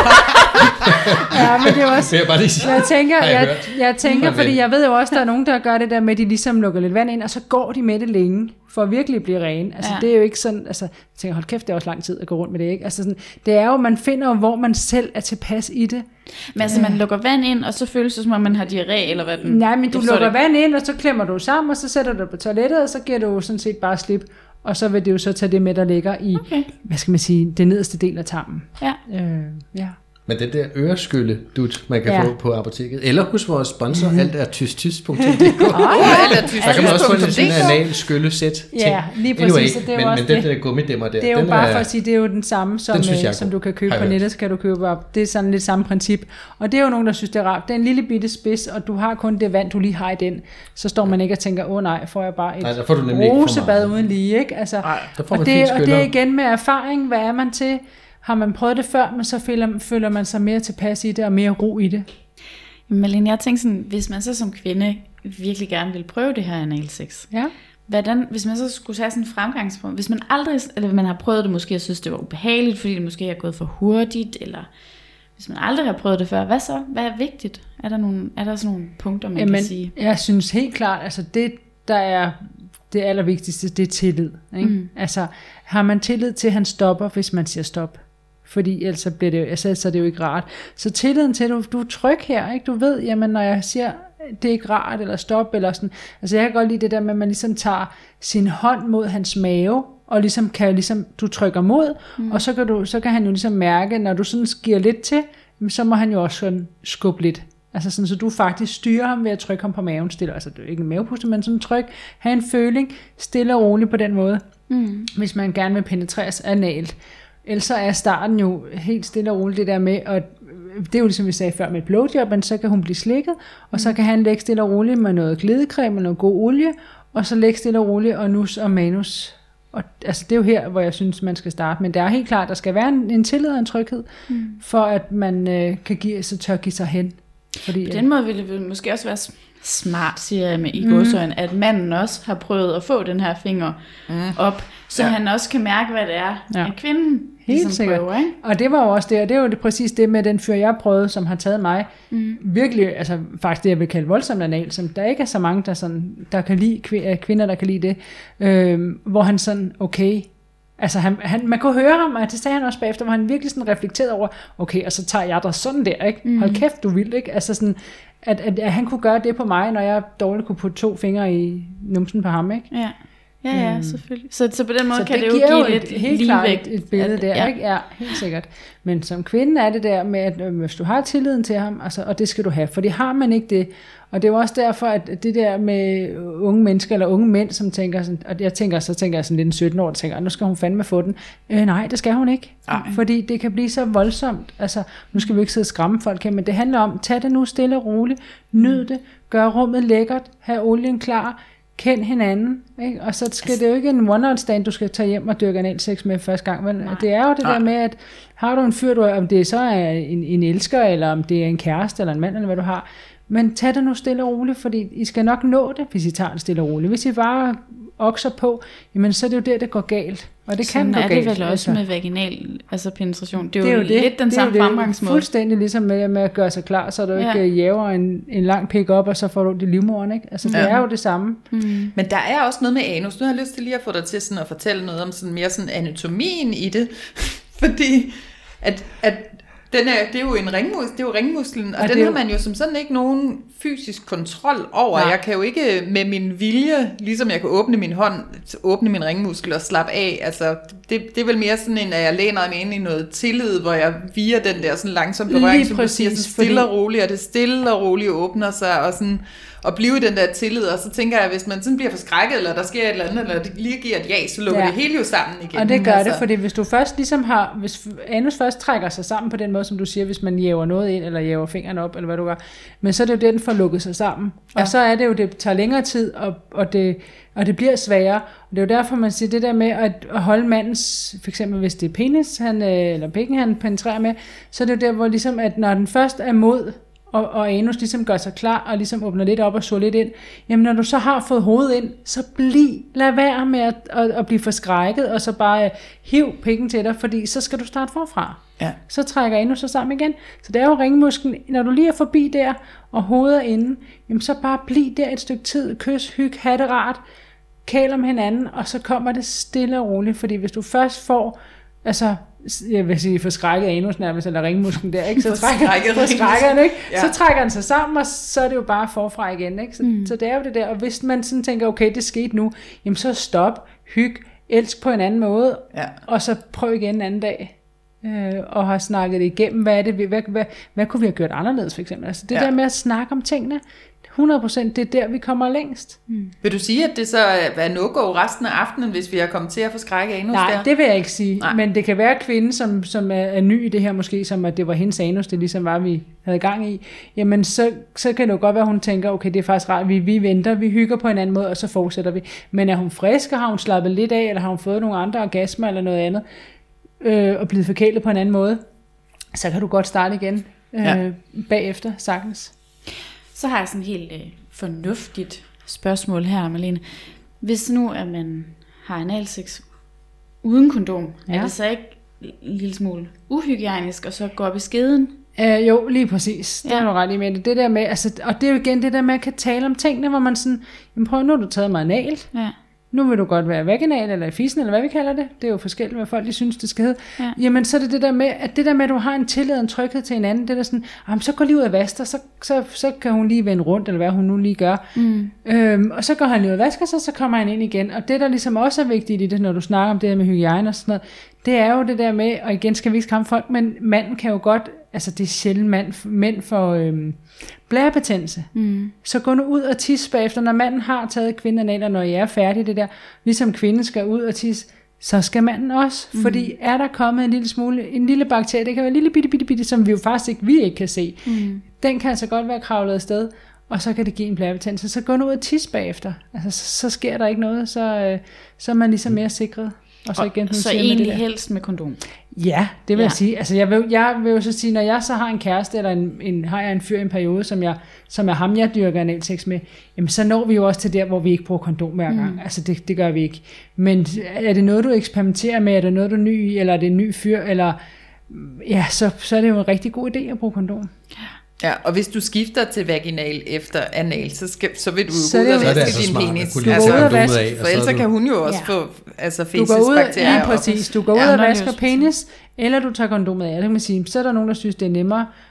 Ja, men det er også... Det er bare lige sige. Jeg tænker, Har jeg jeg, hørt. jeg tænker Fra fordi ven. jeg ved jo også, der er nogen, der gør det der med, at de ligesom lukker lidt vand ind, og så går de med det længe, for at virkelig blive rene. Altså, Ja. det er jo ikke sådan, altså, jeg tænker, hold kæft, det er også lang tid at gå rundt med det, ikke? Altså, sådan, det er jo, man finder jo, hvor man selv er tilpas i det. Men altså, man lukker vand ind, og så føles det, som om man har diarré, eller hvad den... Nej, men du Jeg forstår lukker det vand ind, og så klemmer du sammen, og så sætter du det på toilettet, og så giver du sådan set bare slip. Og så vil det jo så tage det med, der ligger i, Okay. hvad skal man sige, det nederste del af tarmen. Ja. Øh, ja. Men den der øreskylle, dut, man kan Ja. ja. få på apoteket, eller hos vores sponsor, mm. alt er tysk tysk punktum d k. Eller tysk. Der kan man også få en tysk punktum d k. sådan en anal skyllesæt. Ja, lige præcis, Anyway, og det er jo men, også men den det. der gummidæmmer der, Det er jo den bare er, for at sige, det er jo den samme, som, Den synes jeg er øh, som god. du kan købe Har på jeg nettet, så kan du købe op. Det er sådan lidt samme princip. Og det er jo nogen, der synes, det er rart. Det er en lille bitte spids, og du har kun det vand, du lige har i den. Så står man ikke og tænker, åh nej, får jeg bare et Nej, der får du nemlig ikke for rosebad meget. uden lige, ikke? Altså, Nej, der får og, man det, fint og det skyller. er igen med erfaring, hvad er man til? Har man prøvet det før, men så føler, føler man sig mere tilpas i det, og mere ro i det. Malene, jeg tænker sådan, hvis man så som kvinde virkelig gerne vil prøve det her analsex, Ja. hvordan, hvis man så skulle tage sådan en fremgangspunkt, hvis man aldrig, eller man har prøvet det måske, og synes, det var ubehageligt, fordi det måske er gået for hurtigt, eller hvis man aldrig har prøvet det før, hvad så? Hvad er vigtigt? Er der, nogle, er der sådan nogle punkter, man Jamen, kan sige? jeg synes helt klart, altså det, der er det allervigtigste, det er tillid. Ikke? Mm. Altså, har man tillid til, at han stopper, hvis man siger stop? Fordi ellers så bliver det jo, altså, så er det jo ikke rart. Så tilliden til, at du, du er tryg her, ikke? Du ved, jamen når jeg siger, det er ikke rart, eller stop, eller sådan. Altså jeg kan godt lide det der med, at man ligesom tager sin hånd mod hans mave, og ligesom kan ligesom, du trykker mod, mm. og så kan, du, så kan han jo ligesom mærke, når du sådan giver lidt til, så må han jo også sådan skubbe lidt. Altså sådan, så du faktisk styrer ham ved at trykke ham på maven stille. Altså det er ikke en mavepuste, men sådan tryk. Ha' en føling, stille og roligt på den måde. Mm. Hvis man gerne vil penetreres analt. Ellers så er starten jo helt stille og roligt det der med, og det er jo ligesom vi sagde før med et blowjob, men så kan hun blive slikket, og så kan han lægge stille og roligt med noget glidecreme og noget god olie, og så lægge stille og roligt og nus og manus. Og altså det er jo her, hvor jeg synes, man skal starte. Men det er helt klart, der skal være en, en tillid og en tryghed, mm. for at man øh, kan give, så tør give sig hen. Fordi, På den måde ville det måske også være smart, siger jeg med i gåseøjne, at manden også har prøvet at få den her finger mm. op, så ja. han også kan mærke, hvad det er, Ja. at kvinden Helt ligesom sikkert. prøver, ikke? Og det var jo også det, og det er jo det, præcis det med den fyr, jeg prøvede, som har taget mig. Mm. Virkelig, altså faktisk det, jeg vil kalde voldsomt anal, som der ikke er så mange, der, sådan, der kan lide, kvinder, der kan lide det. Øh, hvor han sådan, okay, altså han, han, man kunne høre ham, og det sagde han også bagefter, hvor han virkelig sådan reflekterede over, okay, og så tager jeg dig sådan der, ikke? Mm. Hold kæft, du vil, ikke? Altså sådan, at, at, at han kunne gøre det på mig, når jeg dårligt kunne putte to fingre i numsen på ham, ikke? Ja. Ja, ja, mm. selvfølgelig. Så, så på den måde så kan det, det jo give jo lidt et, helt klart ligevægt. et, et billede at, der, ja. ikke? Ja, helt sikkert. Men som kvinde er det der med, at øh, hvis du har tilliden til ham, altså, og det skal du have, for det har man ikke det. Og det er jo også derfor, at det der med unge mennesker, eller unge mænd, som tænker sådan, og jeg tænker, så tænker jeg sådan lidt en sytten år, der tænker, nu skal hun fandme få den. Øh, nej, det skal hun ikke. Ej. Fordi det kan blive så voldsomt. Altså, nu skal vi ikke sidde og skræmme folk her, men det handler om, tag det nu stille og roligt, nyd det, gør rummet lækkert, have olien klar, kend hinanden, ikke? Og så skal det jo ikke en one night stand, du skal tage hjem og dyrke analsex med første gang. Men det er jo det Nej. der med, at har du en fyr, du, om det så er en, en elsker, eller om det er en kæreste, eller en mand, eller hvad du har, men tag det nu stille og roligt, fordi I skal nok nå det, hvis I tager det stille og roligt. Hvis I bare okser på, jamen så er det jo der, det går galt. Og det Sådan kan gå er galt. det vel også altså. med vaginal altså penetration. Det er, Det er jo, jo det. lidt den Det er samme jo det. fremgangsmåde. Fuldstændig ligesom med, med at gøre sig klar, så du Ja. ikke jæver en, en lang pick op, og så får du det i livmoderen, ikke? Altså det Ja. er jo det samme. Mm. Men der er også noget med anus. Nu har jeg lyst til lige at få dig til sådan at fortælle noget om sådan mere sådan anatomien i det. Fordi at, at den er, det er jo en ringmus, det er jo ringmusklen, og, og den det er har jo- man jo som sådan ikke nogen fysisk kontrol over. Nej. Jeg kan jo ikke med min vilje, ligesom jeg kan åbne min hånd, åbne min ringmuskel og slappe af. Altså, det, det er vel mere sådan en, at jeg læner mig ind i noget tillid, hvor jeg via den der sådan langsom berøring, Lige som du siger, præcis, sådan stille fordi- og roligt, og det stille og roligt åbner sig, og sådan og blive i den der tillid, og så tænker jeg, at hvis man sådan bliver forskrækket, eller der sker et eller andet, eller det lige giver et ja, så lukker Ja. det hele jo sammen igen. Og det gør altså. det, fordi hvis du først ligesom har, hvis anus først trækker sig sammen på den måde, som du siger, hvis man jæver noget ind, eller jæver fingrene op, eller hvad du gør, men så er det jo det, den får lukket sig sammen. Ja. Og så er det jo, det tager længere tid, og, og, det, og det bliver sværere. Og det er jo derfor, man siger det der med at, at holde mandens, for eksempel hvis det er penis, han, øh, eller pikken, han penetrerer med, så er det jo der, hvor ligesom, at når den først er mod, og, og anus ligesom gør sig klar, og ligesom åbner lidt op og så lidt ind, jamen når du så har fået hovedet ind, så bliv, lad være med at, at, at blive forskrækket, og så bare uh, hiv pikken til dig, fordi så skal du starte forfra. Ja. Så trækker anus så sammen igen. Så det er jo ringmusklen, når du lige er forbi der, og hovedet er inde, jamen så bare bliv der et stykke tid, kys, hyg, have det rart, kæl om hinanden, og så kommer det stille og roligt, fordi hvis du først får, altså, jeg vil sige forskrækket anus nærmest, eller ringmusklen der, ikke? Så trækker, Forskrækket forskrækker den, ikke? Ja. Så trækker den sig sammen, og så er det jo bare forfra igen, ikke? Så, mm. så det er jo det der, og hvis man sådan tænker, okay, det skete nu, jamen så stop, hyg, elsk på en anden måde, Ja. og så prøv igen en anden dag, øh, og har snakket det igennem, hvad er det, vi- hvad, hvad, hvad kunne vi have gjort anderledes, for eksempel? Altså det Ja. der med at snakke om tingene, hundrede procent, det er der, vi kommer længst. Mm. Vil du sige, at det så er no-go resten af aftenen, hvis vi har kommet til at få skrække anus Nej, der? det vil jeg ikke sige. Nej. Nej. Men det kan være kvinde, som, som er, er ny i det her måske, som at det var hendes anus, det ligesom var, vi havde gang i. Jamen, så, så kan det jo godt være, at hun tænker, okay, det er faktisk rart, vi, vi venter, vi hygger på en anden måde, og så fortsætter vi. Men er hun frisk, og har hun slappet lidt af, eller har hun fået nogle andre orgasmer eller noget andet, øh, og blevet forkælet på en anden måde, så kan du godt starte igen øh, Ja. bagefter, sagtens. Så har jeg sådan et helt øh, fornuftigt spørgsmål her, Malene. Hvis nu, at man har analsex uden kondom, ja. Ja. er det så ikke en lille smule uhygienisk, og så gå op i skeden? Uh, jo, lige præcis. Det Ja. er du ret i med det. Det der med, altså, og det er jo igen det der med, at kan tale om tingene, hvor man sådan, jamen prøv, nu har du taget mig anal. Ja. Nu vil du godt være vaginal, eller i fisen, eller hvad vi kalder det. Det er jo forskelligt, hvad folk de synes, det skal hedde. Ja. Jamen, så er det det der med, at det der med, at du har en tillid og en tryghed til hinanden, det der sådan, jamen, så går lige ud og vasker, så, så, så kan hun lige vende rundt, eller hvad hun nu lige gør. Mm. Øhm, og så går han lige ud og vasker sig, så kommer han ind igen. Og det, der ligesom også er vigtigt i det, når du snakker om det her med hygiejne og sådan noget, det er jo det der med, og igen skal vi ikke skræmme folk, men manden kan jo godt, altså det er sjældent mand, mænd for øhm, blærebetændelse. Mm. Så gå nu ud og tisse bagefter, når manden har taget kvinden anal, og når I er færdige det der, ligesom kvinden skal ud og tisse, så skal manden også, mm. fordi er der kommet en lille smule, en lille bakterie, det kan være en lille bitte, bitte, bitte, som vi jo faktisk ikke, vi ikke kan se, Mm. den kan altså godt være kravlet afsted, og så kan det give en blærebetændelse. Så gå nu ud og tisse bagefter, altså så, så sker der ikke noget, så, øh, så er man ligesom mere sikret. Og så, igen, Og som så siger med det egentlig der. helst med kondom. Ja, det vil Ja. jeg sige. Altså jeg vil, jeg vil jo så sige, når jeg så har en kæreste, eller en, en, har jeg en fyr i en periode, som, jeg, som er ham, jeg dyrker analsex med, jamen så når vi jo også til der, hvor vi ikke bruger kondom hver gang. Mm. Altså det, det gør vi ikke. Men er det noget, du eksperimenterer med? Er det noget, du er ny i? Eller er det en ny fyr? Eller, ja, så, så er det jo en rigtig god idé at bruge kondom. Ja, og hvis du skifter til vaginal efter anal, så, skal, så vil du Så jo er gå ud det og jo- Så er det vaske altså din smart at penis. kunne lige Altså, tage ud og kondomet vaske- af. og For så ellers er så kan du- hun jo også Ja. få altså, Du går ud, fængselsbakterier. lige og- præcis, du går ud Ja, og når det vasker er jo- penis, eller du tager kondomet af. Det kan man sige, så er der nogen, der synes, det er nemmere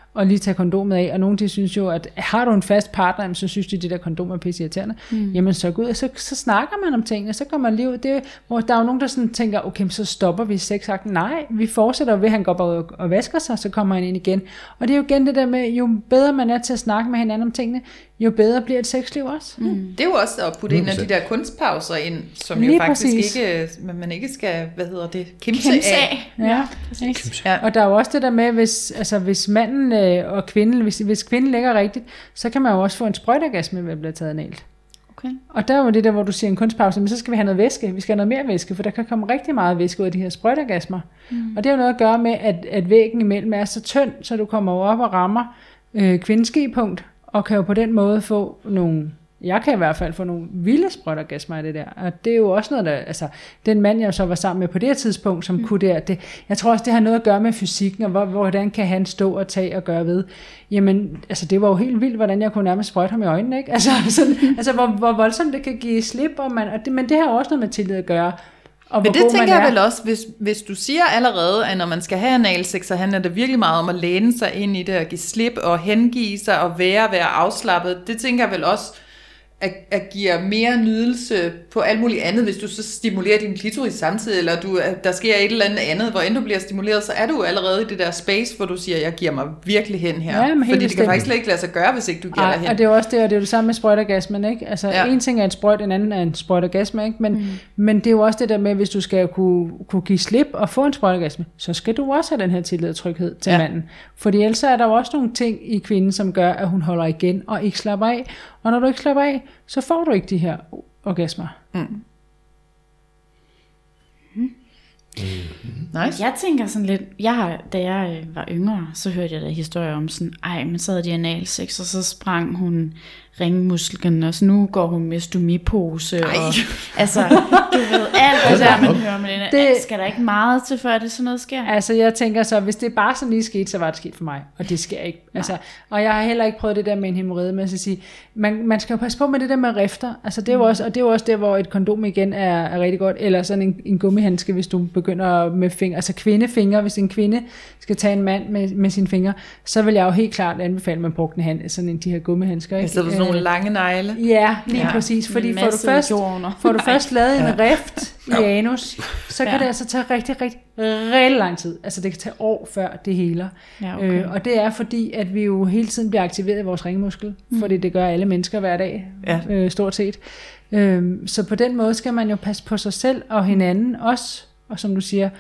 og lige tage kondomet af, og nogle de synes jo, at har du en fast partner, så synes de, at det der kondom er pisse irriterende. Mm. Jamen så gå ud, og så, så snakker man om tingene, så går man lige ud. Det, hvor der er jo nogen, der sådan tænker, okay, så stopper vi sexakten. Nej, vi fortsætter ved, at han går op og, og vasker sig, så kommer han ind igen. Og det er jo igen det der med, jo bedre man er til at snakke med hinanden om tingene, jo bedre bliver et sexliv også. Mm. Det er jo også at putte en af de der kunstpauser ind, som lige jo faktisk præcis. ikke, man ikke skal, hvad hedder det, kimse, Kimse af. af. Ja, præcis. Ja. Og der er jo også det der med, hvis, altså, hvis manden øh, og kvinden, hvis, hvis kvinden ligger rigtigt, så kan man jo også få en sprøjteorgasme ved at blive taget analt. Okay. Og der er jo det der, hvor du siger en kunstpause, men så skal vi have noget væske, vi skal have noget mere væske, for der kan komme rigtig meget væske ud af de her sprøjteorgasmer. Mm. Og det har jo noget at gøre med, at, at væggen imellem er så tynd, så du kommer op og rammer øh, kvindens G-punkt, og kan jo på den måde få nogle, jeg kan i hvert fald få nogle vilde sprøjteorgasmer af det der. Og det er jo også noget, der, altså den mand, jeg så var sammen med på det her tidspunkt, som mm. kunne der, det, jeg tror også, det har noget at gøre med fysikken, og hvor, hvordan kan han stå og tage og gøre ved. Jamen, altså det var jo helt vildt, hvordan jeg kunne nærmest sprøjte ham i øjnene, ikke? Altså, sådan, altså hvor, hvor voldsomt det kan give slip, og man, og det, men det har jo også noget med tillid at gøre. Og Men det tænker jeg vel også, hvis, hvis du siger allerede, at når man skal have analsex, så handler det virkelig meget om at læne sig ind i det, og give slip, og hengive sig, og være, være afslappet. Det tænker jeg vel også, at, at giver mere nydelse på alt muligt andet, hvis du så stimulerer din klitoris samtidig, eller du, der sker et eller andet andet, hvor end du bliver stimuleret, så er du allerede i det der space, hvor du siger, jeg giver mig virkelig hen her. Ja, fordi det kan faktisk slet ikke lade sig gøre, hvis ikke du giver Ej, dig hen. Og det er jo også det, og det er jo det samme med sprøjteorgasmen, ikke? Altså ja. En ting er en sprøjt, en anden er en sprøjteorgasme, ikke? Men, mm. men det er jo også det der med, hvis du skal kunne, kunne give slip og få en sprøjteorgasme, så skal du også have den her tillid og tryghed til ja. manden. Fordi ellers er der jo også nogle ting i kvinden, som gør, at hun holder igen og ikke slapper af. Og når du ikke slapper af, så får du ikke de her orgasmer. Mm. Mm. Nice. Jeg tænker sådan lidt, jeg har, da jeg var yngre, så hørte jeg der historier om sådan, ej, men så havde de analsex, og så sprang hun ringmusklen, og så nu går hun med stomipose, og altså, du ved, alt det der, man hører med det, det, skal der ikke meget til, før det sådan noget sker? Altså, jeg tænker så, hvis det bare sådan lige skete, så var det sket for mig, og det sker ikke. Altså, og jeg har heller ikke prøvet det der med en hemorrhoide, med at sige, man, man skal jo passe på med det der med rifter, altså det er jo også, og det er jo også der, hvor et kondom igen er, er rigtig godt, eller sådan en, en gummihandske, hvis du begynder med fingre, altså kvindefingre, hvis en kvinde skal tage en mand med, med sine fingre, så vil jeg jo helt klart anbefale, at man brugte en hand, sådan en, de her gummihandsker. Ikke? Altså, sådan nogle lange negle. Ja, lige ja. præcis, fordi får du først, får du først lavet en rift i anus, så kan ja. det altså tage rigtig, rigtig, rigtig lang tid. Altså det kan tage år før det heler. Ja, okay. øh, og det er fordi, at vi jo hele tiden bliver aktiveret i vores ringmuskel, mm. fordi det gør alle mennesker hver dag, ja. øh, stort set. Øh, så på den måde skal man jo passe på sig selv og hinanden også, og som du siger,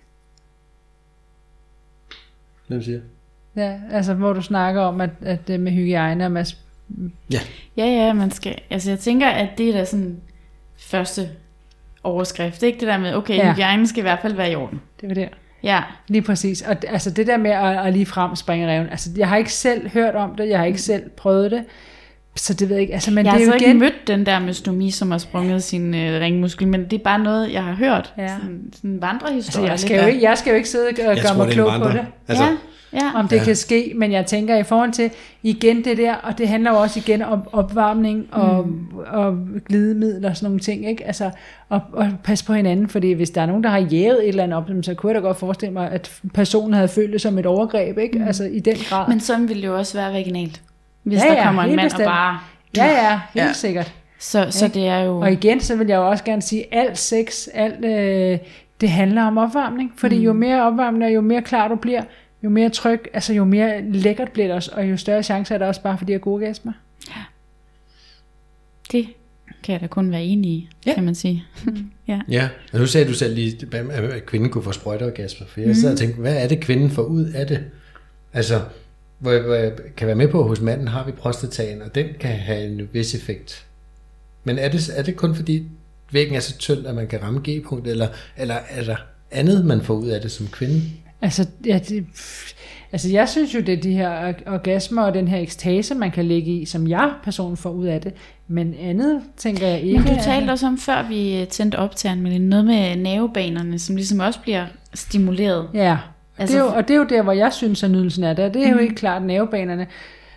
Hvem siger? ja, altså hvor du snakker om, at, at med hygiejne og masse. Ja. Ja, ja, man skal, altså jeg tænker, at det er da sådan første overskrift, ikke det der med, okay, ja. hygiejnen skal i hvert fald være i orden. Det var det. Ja. Lige præcis. Og altså det der med at, at lige frem springe reven, altså jeg har ikke selv hørt om det, jeg har ikke selv prøvet det, så det ved jeg ikke. Altså, men jeg det har er så jo igen... ikke mødt den der med stomi, som har sprunget sin øh, ringmuskel, men det er bare noget, jeg har hørt. Ja. Sådan, sådan en vandrehistorie. Altså, jeg, skal jo ikke, jeg skal jo ikke sidde og gøre mig klog på det. Altså, ja. Ja. Om det ja. kan ske, men jeg tænker i forhold til igen det der, og det handler jo også igen om opvarmning og, mm. og glidemiddel og sådan nogle ting, ikke? Altså, og, og passe på hinanden, fordi hvis der er nogen, der har jævet et eller andet op, så kunne jeg da godt forestille mig, at personen havde følt det som et overgreb, ikke? Mm. Altså i den grad. Men sådan ville det jo også være vaginalt, hvis ja, ja, der kommer en mand bestemt. og bare... Ja, ja, helt ja. sikkert. Så, så det er jo... Og igen, så vil jeg jo også gerne sige, alt sex, alt, øh, det handler om opvarmning, fordi mm. jo mere opvarmning, og jo mere klar du bliver, jo mere tryg, altså jo mere lækkert bliver det også, og jo større chance er der også bare for de her gode orgasmer. Ja. Det kan jeg da kun være enig i, ja. kan man sige. ja. ja, og nu sagde du selv lige, at kvinden kunne få sprøjteorgasmer, for jeg mm. sad og tænkte, hvad er det kvinden får ud af det? Altså, hvor jeg, hvor jeg kan være med på, at hos manden har vi prostataen, og den kan have en vis effekt. Men er det, er det kun fordi væggen er så tynd, at man kan ramme G-punkt, eller, eller er der andet, man får ud af det som kvinde? Altså, ja, det, altså jeg synes jo, det er de her orgasmer og den her ekstase, man kan ligge i, som jeg personen får ud af det. Men andet tænker jeg ikke. Men du talte også om, før vi tændte optageren, med noget med nervebanerne, som ligesom også bliver stimuleret. Ja, altså, det er jo, og det er jo der, hvor jeg synes, at nydelsen er der. Det er jo mm. ikke klart nervebanerne.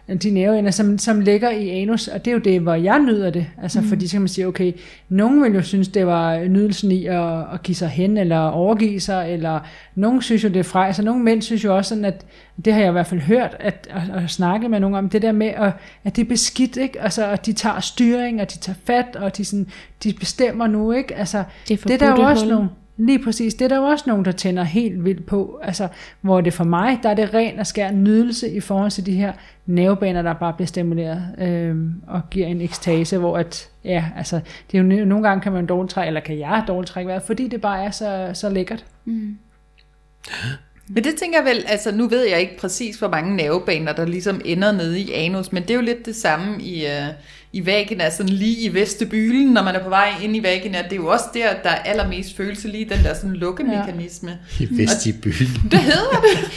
de nerveender, som, som ligger i anus, og det er jo det, hvor jeg nyder det. Altså, mm. fordi så kan man sige, okay, nogen vil jo synes, det var nydelsen i at, at give sig hen, eller overgive sig, eller nogen synes jo, det er fra. Så nogle mænd synes jo også sådan, at det har jeg i hvert fald hørt, at, at, at snakke med nogen om, det der med, at, at det er beskidt, ikke? Altså, at de tager styring, og de tager fat, og de, sådan, de bestemmer nu, ikke? Altså, det er, det er der jo også nogle... Lige præcis, det er der jo også nogen, der tænder helt vildt på, altså, hvor det for mig, der er det ren og skær nydelse i forhold til de her nervebaner, der bare bliver stimuleret øh, og giver en ekstase, hvor at, ja, altså, det er jo nogle gange kan man dårligt trække, eller kan jeg dårligt trække vejret, fordi det bare er så, så lækkert. Mm. Men det tænker jeg vel, altså nu ved jeg ikke præcis, hvor mange nervebaner, der ligesom ender nede i anus, men det er jo lidt det samme i, uh, i vagina, sådan lige i vestibylen, når man er på vej ind i vagina. Det er jo også der, der er allermest følelse, lige den der sådan lukkemekanisme. Ja. I vestibylen. Det hedder det.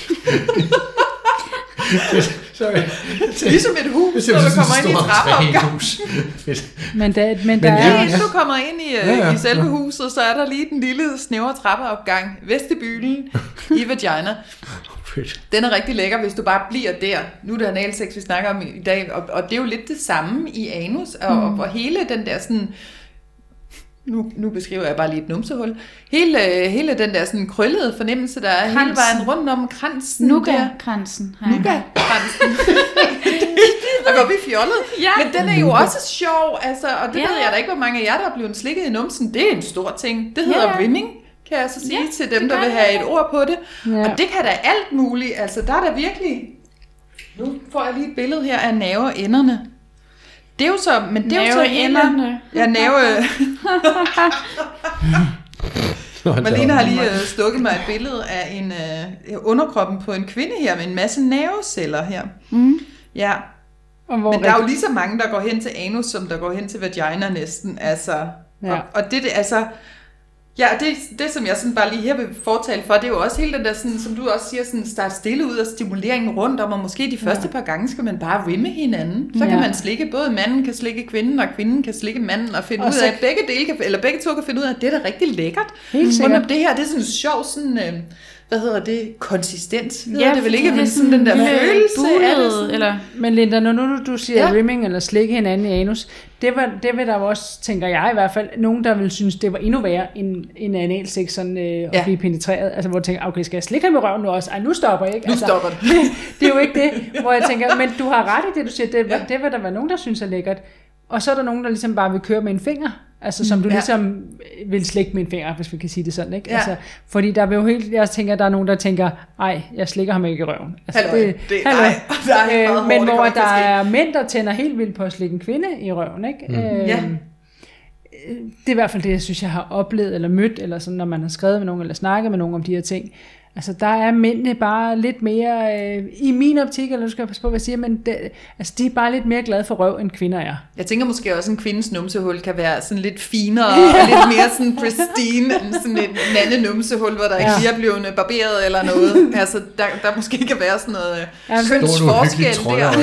Sorry. Ligesom et hus, når du kommer ind i trappeopgang. men da, men der men er lige inden du kommer ind i, ja, ja, i selve huset, så er der lige den lille snævre trappeopgang, vestibylen i vagina. Den er rigtig lækker, hvis du bare bliver der. Nu er det analsex, vi snakker om i dag, og, og det er jo lidt det samme i anus, og, mm. og, og hele den der sådan... Nu, nu beskriver jeg bare lige et numsehul. Hele, hele den der sådan krøllede fornemmelse, der er kransen. Hele vejen rundt om kransen. Nougat-kransen. Nougat-kransen. Der går vi fjollet. Ja. Men den er jo også sjov, altså, og det ja. ved jeg da ikke, hvor mange af jer, der er blevet slikket i numsen. Det er en stor ting. Det hedder ja. rimming, kan jeg så sige ja, til dem, der vil have et ord på det. Ja. Og det kan da alt muligt. Altså, der er der virkelig... Nu får jeg lige et billede her af nerveenderne. Det er jo så, men det er jo så hele... Ja, nerve... Malene har lige uh, stukket mig et billede af en uh, underkroppen på en kvinde her, med en masse nerveceller her. Mm. Ja. Men der er jo lige så mange, der går hen til anus, som der går hen til vagina næsten. Altså, ja. og, og det, det altså... Ja, det, det som jeg sådan bare lige her vil fortale for, det er jo også hele den der, sådan, som du også siger, sådan, start stille ud af stimuleringen rundt om, og måske de første ja. par gange skal man bare rimme hinanden. Så kan ja. man slikke, både manden kan slikke kvinden, og kvinden kan slikke manden, og finde og ud af, at begge, dele kan, eller begge to kan finde ud af, at det er da rigtig lækkert. Helt sikkert. Det her, det er sådan en sjov, sådan, øh, hvad hedder det, konsistens. Ja, det er vel ikke, men sådan den der ja, følelse bulet, af det. Sådan. Eller... Men Linda, når nu du siger ja. rimming, eller slikke hinanden i anus, det, var, det vil der også, tænker jeg i hvert fald, nogen der vil synes, det var endnu værre end, end analsex, sådan øh, ja. at blive penetreret. Altså hvor jeg tænker, okay, skal jeg slikke ham i røven nu også? Ej, nu stopper jeg ikke. Nu altså, stopper det. Det er jo ikke det, hvor jeg tænker, men du har ret i det, du siger, det, ja. det vil der være nogen, der synes er lækkert. Og så er der nogen, der ligesom bare vil køre med en finger. Altså som du ja. ligesom vil slikke med en finger, hvis vi kan sige det sådan, ikke? Ja. Altså, fordi der vil jo helt, jeg tænker, der er nogen, der tænker, ej, jeg slikker ham ikke i røven. Altså, hallo, det, det, hallo. Ej, der er øh, men hvor der er mænd, der tænder helt vildt på at slikke en kvinde i røven, ikke? Mm. Øh, ja. Det er i hvert fald det, jeg synes, jeg har oplevet eller mødt, eller sådan, når man har skrevet med nogen, eller snakket med nogen om de her ting. Altså, der er mændene bare lidt mere, øh, i min optik, eller du skal passe på, hvad jeg siger, men det, altså, de er bare lidt mere glade for røv, end kvinder er. Jeg tænker måske også, at en kvindes numsehul kan være sådan lidt finere, og lidt mere sådan pristine, end sådan et mandenumsehul, hvor der ikke lige er blevet barberet eller noget. Altså, der, der måske kan være sådan noget ja, kønsforskel der.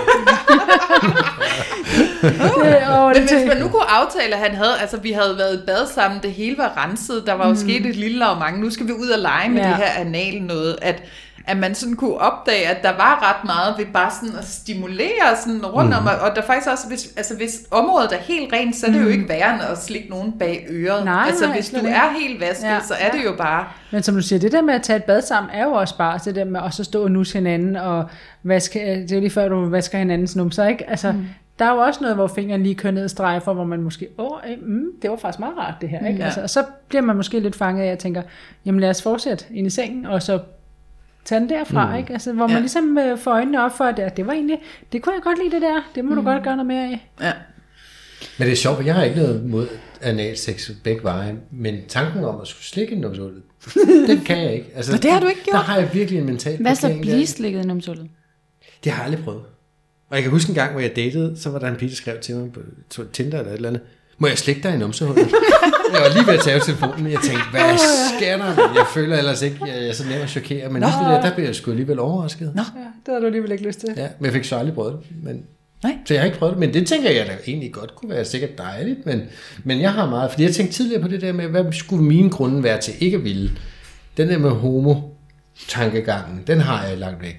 oh, men hvis man nu kunne aftale, at han havde, altså vi havde været i bad sammen, det hele var renset, der var jo mm. sket et lille lavmang, nu skal vi ud og lege med ja. det her anal noget, at, at man sådan kunne opdage, at der var ret meget ved bare sådan at stimulere sådan rundt om, mm. og der faktisk også, hvis, altså hvis området er helt rent, så er det mm. jo ikke værre end at slikke nogen bag øret. Nej, altså nej, hvis du ikke. er helt vasket, ja. så er det jo bare... Men som du siger, det der med at tage et bad sammen, er jo også bare det der med at så stå og nusse hinanden, og vaske, det er jo lige før du vasker hinandens numser, ikke? Altså, mm. der er jo også noget, hvor fingeren lige kører ned og strejfer, hvor man måske, åh, mm, det var faktisk meget rart det her, ikke? Ja. Altså, og så bliver man måske lidt fanget af, at jeg tænker, jamen lad os fortsætte ind i sengen, og så tage den derfra, mm. ikke? Altså, hvor man ja. ligesom øh, får øjnene op for, at det, det var egentlig, det kunne jeg godt lide det der, det må mm. du godt gøre noget mere af. Ja. Men det er sjovt, for jeg har ikke noget mod analsex begge veje, men tanken om at skulle slikke en numsehullet, det kan jeg ikke. Altså, men det har du ikke gjort? Der har jeg virkelig en mental hvad så blive slikket i numsehullet? Det har jeg aldrig prøvet. Og jeg kan huske en gang, hvor jeg datede, så var der en pige, der skrev til mig på Tinder eller et eller andet, må jeg slikke dig i numsehullet? Jeg var lige ved at tage telefonen, og jeg tænkte, hvad sker der? Jeg føler ellers ikke, jeg er så nem at chokere, men der, der blev jeg sgu alligevel overrasket. Nå. Ja, det havde du alligevel ikke lyst til. Ja, men jeg fik så aldrig prøvet det. Men, nej. Så jeg har ikke prøvet det, men det tænker jeg da egentlig godt kunne være sikkert dejligt, men, men jeg har meget, fordi jeg tænkte tidligere på det der med, hvad skulle mine grunde være til ikke at ville? Den der med homo-tankegangen, den har jeg lagt væk.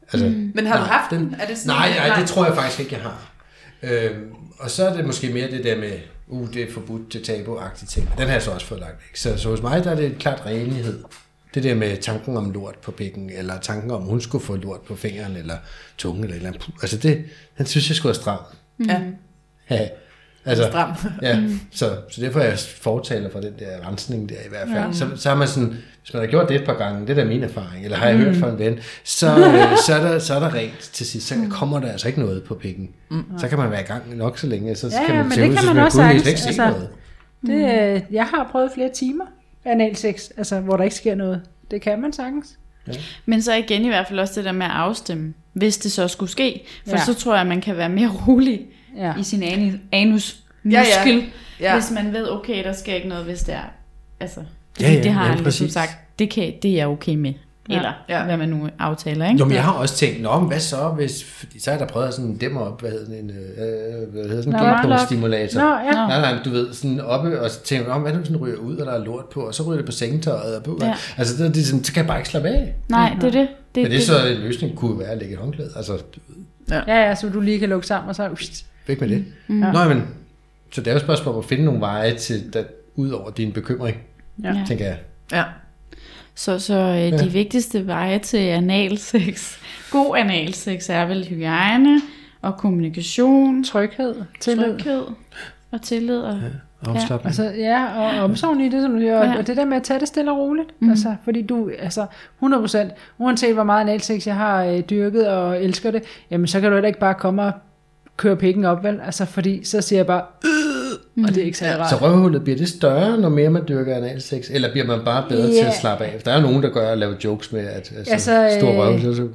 Altså, Mm. Men har du nej, haft den? Er det sådan, nej, nej, nej, det tror jeg faktisk ikke, jeg har. Øhm, og så er det måske mere det der med, uh, det er forbudt til tabu-agtige ting. Den har jeg så også fået lagt væk. Så, så hos mig, der er det klart renlighed. Det der med tanken om lort på pikken, eller tanken om, hun skulle få lort på fingeren, eller tungen, eller et eller andet. Altså det, han synes jeg skulle være stram. Ja. Ja. Altså, Stram. ja, så, så derfor er jeg fortaler for den der rensning der i hvert fald. Ja. Så, så har man sådan, hvis man har gjort det et par gange, det er da min erfaring, eller har jeg mm. hørt fra en ven, så, øh, så, er der, så er der rent til sidst, så kommer der altså ikke noget på pikken. Mm. Så kan man være i gang nok så længe, så Ja, kan ja, man men se det ud, kan så man man også kunne sagtens, ikke se altså. noget. Det, øh, jeg har prøvet flere timer analsex, altså hvor der ikke sker noget. Det kan man sagtens. Ja. Men så igen i hvert fald også det der med at afstemme, hvis det så skulle ske. For Ja. så tror jeg, at man kan være mere rolig Ja. i sin anus, anus Ja, muskel, ja. Ja. hvis man ved, okay, der sker ikke noget, hvis det er. Altså, Ja, ja, det har ja, han ligesom præcis. sagt, det, kan, det er jeg okay med. Ja. Eller Ja. hvad man nu aftaler, ikke? Jo, men jeg har også tænkt, nå, men hvad så, hvis, fordi så har jeg da prøvet sådan en dæmmer op, hvad hedder den, øh, hvad hedder sådan en Nå, g-punktstimulator. Nå, ja. Nå. Nej, nej, du ved, sådan oppe, og så tænker jeg, hvad nu sådan ryger ud, og der er lort på, og så ryger det på sengetøjet, og på, Ja. altså det, det, er sådan, så kan jeg bare ikke slappe af. Nej, det er det. det, Men det er så en løsning, kunne være at lægge et håndklæde, altså du ved, Ja, ja, så du lige kan lukke sammen, og så... Uft. væk med det. Mm. Nå, men, så det er jo et spørgsmål om at finde nogle veje til, der, ud over din bekymring, Ja. Ja. tænker jeg. Ja. Så, så øh, Ja. de vigtigste veje til analsex, god analsex, er vel hygiejne og kommunikation, Tryghed, tillid. tryghed og tillid. Og, Afslappning. Altså, ja, og omsorgen i det, som du siger, og, Ja. og det der med at tage det stille og roligt. Mm. Altså, fordi du, altså, hundrede procent, uanset hvor meget analsex jeg har øh, dyrket og elsker det, jamen så kan du heller ikke bare komme og køre pikken op, vel? Altså, fordi så siger jeg bare, øh, og det er ikke særlig rart. Så røvhullet, bliver det større, når mere man dyrker analsex, eller bliver man bare bedre Ja. til at slappe af? Der er jo nogen, der gør at lave jokes med, at altså, Altså, stor øh, røv, så, så,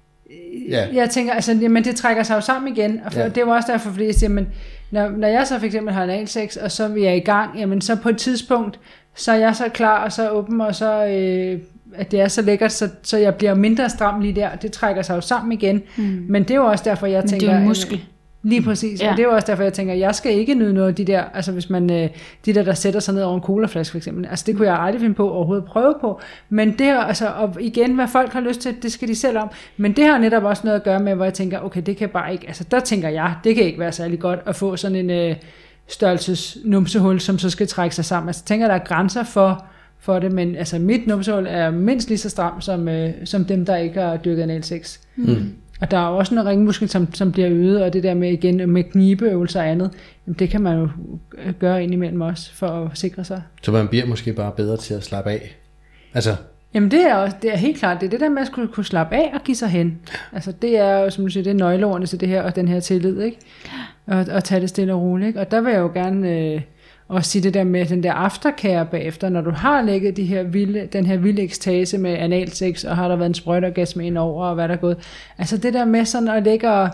ja. Jeg tænker, altså, jamen, det trækker sig jo sammen igen, og for, Ja. ja. det var også derfor, fordi jeg siger, men, når, når jeg så for eksempel har analsex, og så vi er i gang, jamen så på et tidspunkt, så er jeg så klar, og så åben, og så, øh, at det er så lækkert, så, så jeg bliver mindre stram lige der, og det trækker sig jo sammen igen, mm. men det er jo også derfor, jeg Men tænker... det er jo en jamen, muskel. Lige præcis, Ja. ja. Og det er jo også derfor, jeg tænker, jeg skal ikke nyde noget af de der, altså hvis man, øh, de der, der sætter sig ned over en colaflaske for eksempel, altså det kunne jeg aldrig finde på overhovedet at prøve på, men det er altså, og igen, hvad folk har lyst til, det skal de selv om, men det har netop også noget at gøre med, hvor jeg tænker, okay, det kan bare ikke, altså der tænker jeg, det kan ikke være særlig godt at få sådan en øh, størrelses numsehul, som så skal trække sig sammen, altså jeg tænker, der er grænser for, for det, men altså mit numsehul er mindst lige så stram, som, øh, som dem, der ikke har dyrket analsex. Mm. Og der er jo også noget ringmuskel, som, som bliver øget, og det der med igen med knibeøvelser og andet, jamen det kan man jo gøre indimellem også, for at sikre sig. Så man bliver måske bare bedre til at slappe af. Altså, Jamen det er, også, det er helt klart, det er det der med at skulle kunne slappe af og give sig hen. Altså det er jo, som du siger, det er nøgleordene til det her, og den her tillid, ikke? Og, og tage det stille og roligt, ikke? Og der vil jeg jo gerne øh, også sige det der med den der aftercare bagefter, når du har lægget de her vilde, den her vilde ekstase med analsex, og har der været en sprøjteorgasme ind over, og hvad der er gået. Altså det der med sådan at ligge og,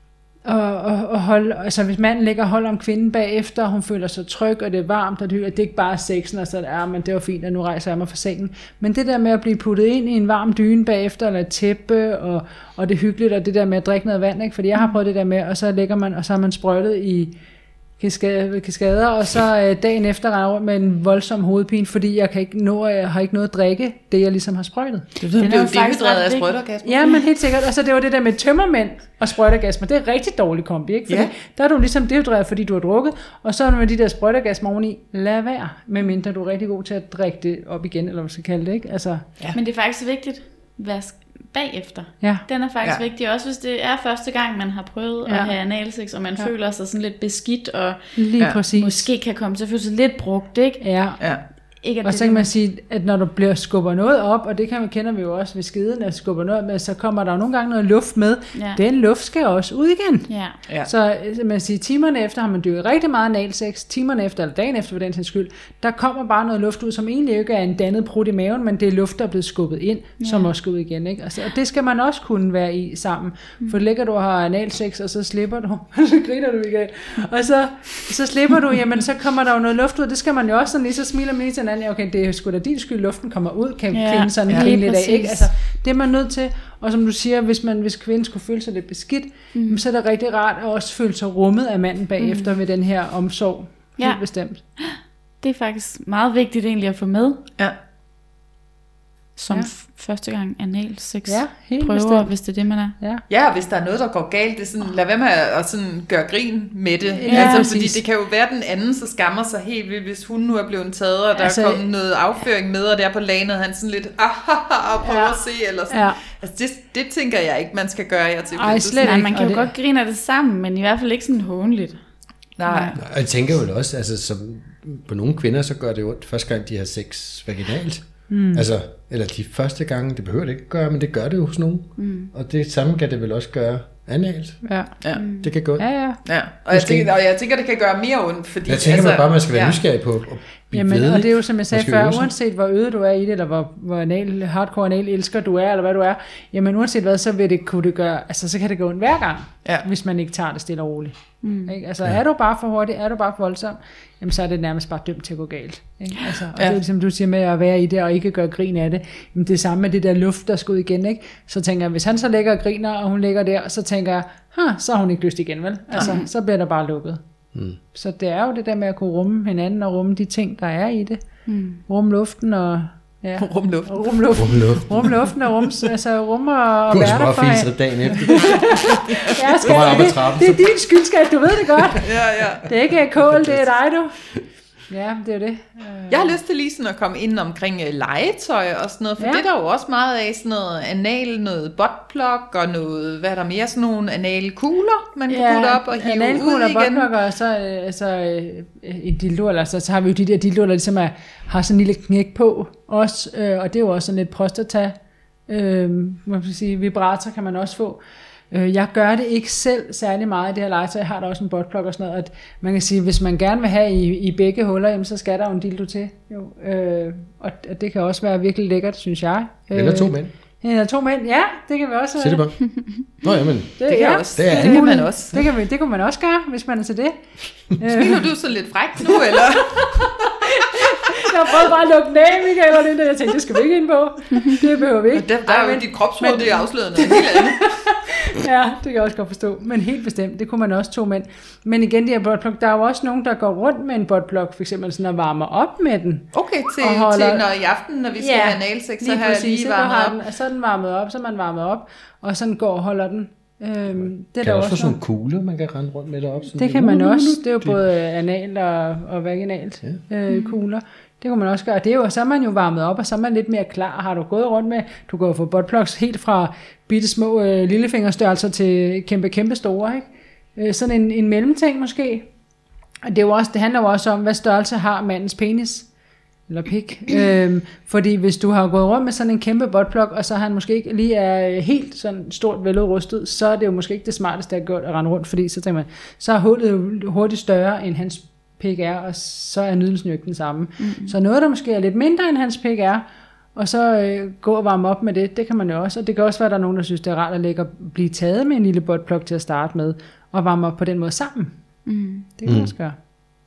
og, og, og holde, altså hvis manden ligger og holder om kvinden bagefter, og hun føler sig tryg, og det er varmt, og det, det er ikke bare sexen, og så er men det var fint, og nu rejser jeg mig fra sengen. Men det der med at blive puttet ind i en varm dyne bagefter, eller et tæppe, og, og det er hyggeligt, og det der med at drikke noget vand, ikke? Fordi jeg har prøvet det der med, og så ligger man, og så har man sprøjtet i kaskade, kaskader, og så øh, dagen efter render rundt med en voldsom hovedpine, fordi jeg kan ikke nå, jeg har ikke noget at drikke, det jeg ligesom har sprøjtet. Det Den er er jo jo faktisk dehydreret ret af vigtig. sprøjteorgasmer. Ja, men helt sikkert. Og så det var det der med tømmermænd og sprøjteorgasmer. Det er rigtig dårlig kombi, ikke? Fordi Ja. der er du ligesom dehydreret, fordi du har drukket, og så er du med de der sprøjteorgasmer oveni. Lad være, medmindre du er rigtig god til at drikke det op igen, eller hvad man skal kalde det, ikke? Altså, Ja. Men det er faktisk vigtigt, vask bagefter. ja. Den er faktisk Ja. ja. vigtig, også hvis det er første gang, man har prøvet ja. Ja. at have analsex, og man Ja. ja. føler sig sådan lidt beskidt, og Lige Ja. præcis. måske kan komme til at føle sig lidt brugt, ikke? Ja. Ja. Ikke at Og det så er kan man det, sige, at når du bliver skubber noget op, og det kan man, kender vi jo også ved skiden, at skubber noget med, så kommer der jo nogle gange noget luft med. Ja. Den luft skal også ud igen. Ja. Ja. Så øh, man siger, timerne efter har man dyrket rigtig meget analsex, timerne efter, eller dagen efter for den sags skyld, der kommer bare noget luft ud, som egentlig ikke er en dannet prut i maven, men det er luft, der er blevet skubbet ind, ja. som også skal ud igen. Ikke? Altså, og det skal man også kunne være i sammen. Mm. For ligger du og har analsex, og så slipper du, så griner du igen, og så, så slipper du, jamen så kommer der jo noget luft ud, det skal man jo også sådan lige, så smiler man lige til hinanden, okay, det er sgu da din skyld, luften kommer ud, kan Ja. kvinden sådan Ja. grine Lige lidt af. Ikke? præcis. Altså, det er man nødt til, og som du siger, hvis, man, hvis kvinden skulle føle sig lidt beskidt, mm. så er det rigtig rart at også føle sig rummet af manden bagefter mm. ved den her omsorg. Helt Ja. bestemt. Det er faktisk meget vigtigt egentlig at få med. Ja. som Ja. f- første gang analsex Ja, helt prøver, bestemt. hvis det er det, man er. Ja. Ja, og hvis der er noget, der går galt, det er sådan, lad være med at sådan gøre grin med det. Ja, altså, fordi præcis. det kan jo være, den anden så skammer sig helt vildt, hvis hun nu er blevet taget, og der Altså- er kommet noget afføring med, og der på lanet, han sådan lidt, ah, og prøver Ja. at se, eller sådan. Ja. Altså, det, det tænker jeg ikke, man skal gøre jer til. Ej, slet Nej, ikke. man kan og jo det- godt grine af det sammen, men i hvert fald ikke sådan hånligt. Nej. Og jeg tænker jo også, altså som på nogle kvinder, så gør det jo ondt første gang, de har sex vaginalt. Mm. Altså, eller de første gange, det behøver det ikke gøre, men det gør det jo hos nogen. Mm. Og det samme kan det vel også gøre analt. Ja. Ja. Det kan gå ondt. Ja, ja. Ja, og jeg, tænker, og jeg tænker, det kan gøre mere ondt, fordi... Jeg tænker altså, bare, man skal være ja. nysgerrig på at blive Jamen, ved, og det er jo, ikke? som jeg Man sagde skal før, øve sig. uanset hvor øde du er i det, eller hvor, hvor anal, hardcore anal elsker du er, eller hvad du er, jamen uanset hvad, så vil det kunne det gøre, altså så kan det gå ondt hver gang, Ja. hvis man ikke tager det stille og roligt. Mm. Ikke? Altså ja. er du bare for hurtig, er du bare for voldsom, jamen så er det nærmest bare dømt til at gå galt. Ikke? Altså, og Ja. det er ligesom du siger med at være i det, og ikke gøre grin af det, jamen det er samme med det der luft, der skal ud igen, ikke? Så tænker jeg, hvis han så ligger og griner, og hun ligger der, så tænker jeg, huh, så har hun ikke lyst igen, vel? Altså, mm. så bliver der bare lukket. Mm. Så det er jo det der med at kunne rumme hinanden, og rumme de ting, der er i det. Mm. Rumme luften og... Ja. Rumluft. Og rumme luften. Rumme luften. Rumme luften og rumme, altså rumme og, og Gå og være der for småfise hinanden. dagen efter. Ja, skal, Kommer op ad det, trappen, det er så- din skyldskab, du ved det godt. Ja, ja. Det er ikke kål, det er dig, du. Ja, det er det. Jeg har lyst til lige sådan at komme ind omkring øh, legetøj og sådan noget, for Ja. ja. det er der jo også meget af, sådan noget anal, noget buttplug og noget, hvad er der mere, sådan nogle anale kugler, man kan putte op og hive ud analkugler og igen. buttplukker, og så, øh, altså, øh, en dildo, eller så, så har vi jo de der dildoer, der ligesom er, har sådan en lille knæk på også, øh, og det er jo også sådan lidt prostata, øh, man kan sige, vibrator kan man også få. Øh, Jeg gør det ikke selv særlig meget i det her legetøj. Jeg har da også en buttplug og sådan noget. At man kan sige, hvis man gerne vil have i, i begge huller, jamen, så skal der jo en dildo til. Jo. Øh, og og det kan også være virkelig lækkert, synes jeg. Eller to Øh, mænd. Eller to mænd, ja, det kan vi også. Sig det bare. Nå, jamen. Det, Det kan, ja, ja, også, det er det, alt kan man muligt. også. Det, kan vi, det kunne man også gøre, hvis man er til det. Øh, Smiler du så lidt frækt nu, eller? Jeg har prøvet bare at lukke den af, Michael, og det der, jeg tænkte, det skal vi ikke ind på. Det behøver vi ikke. Der, der er jo men- dit kropsmål, men- det er afsløret noget helt andet. Ja, det kan jeg også godt forstå. Men helt bestemt, det kunne man også to mænd. Men igen, de her buttplug, der er jo også nogen, der går rundt med en buttplug, for eksempel sådan at varme op med den. Okay, til, Og holder- til når i aften, når vi skal have analsex, så lige har jeg præcis, lige så varmet har op. den, og så er den varmet op, så er man varmet op, og sådan går og holder den. Øhm, det er Kan der der også også få sådan noget. nogle kugler, man kan rende rundt med deroppe? Sådan Det lidt- kan man også. Det er jo både anal og, og vaginalt Ja. øh, kugler. Det kan man også gøre. Og det er jo, så er man jo varmet op, og så er man lidt mere klar. Har du gået rundt med, du går få buttplugs helt fra bitte små øh, lillefingerstørrelser til kæmpe, kæmpe store, ikke? Øh, sådan en, en mellemting måske. Og det, er jo også, det handler jo også om, hvad størrelse har mandens penis. Eller pik. øhm, fordi hvis du har gået rundt med sådan en kæmpe buttplug, og så han måske ikke lige er helt sådan stort veludrustet, så er det jo måske ikke det smarteste at gøre at rende rundt, fordi så tænker man, så er hullet jo hurtigt større end hans pik er, og så er nydelsen jo ikke den samme. Mm-hmm. Så noget, der måske er lidt mindre end hans pik er, og så øh, gå og varme op med det, det kan man jo også. Og det kan også være, at der er nogen, der synes, det er rart at lægge og blive taget med en lille buttplug til at starte med, og varme op på den måde sammen. Mm. Det kan man Mm. også gøre.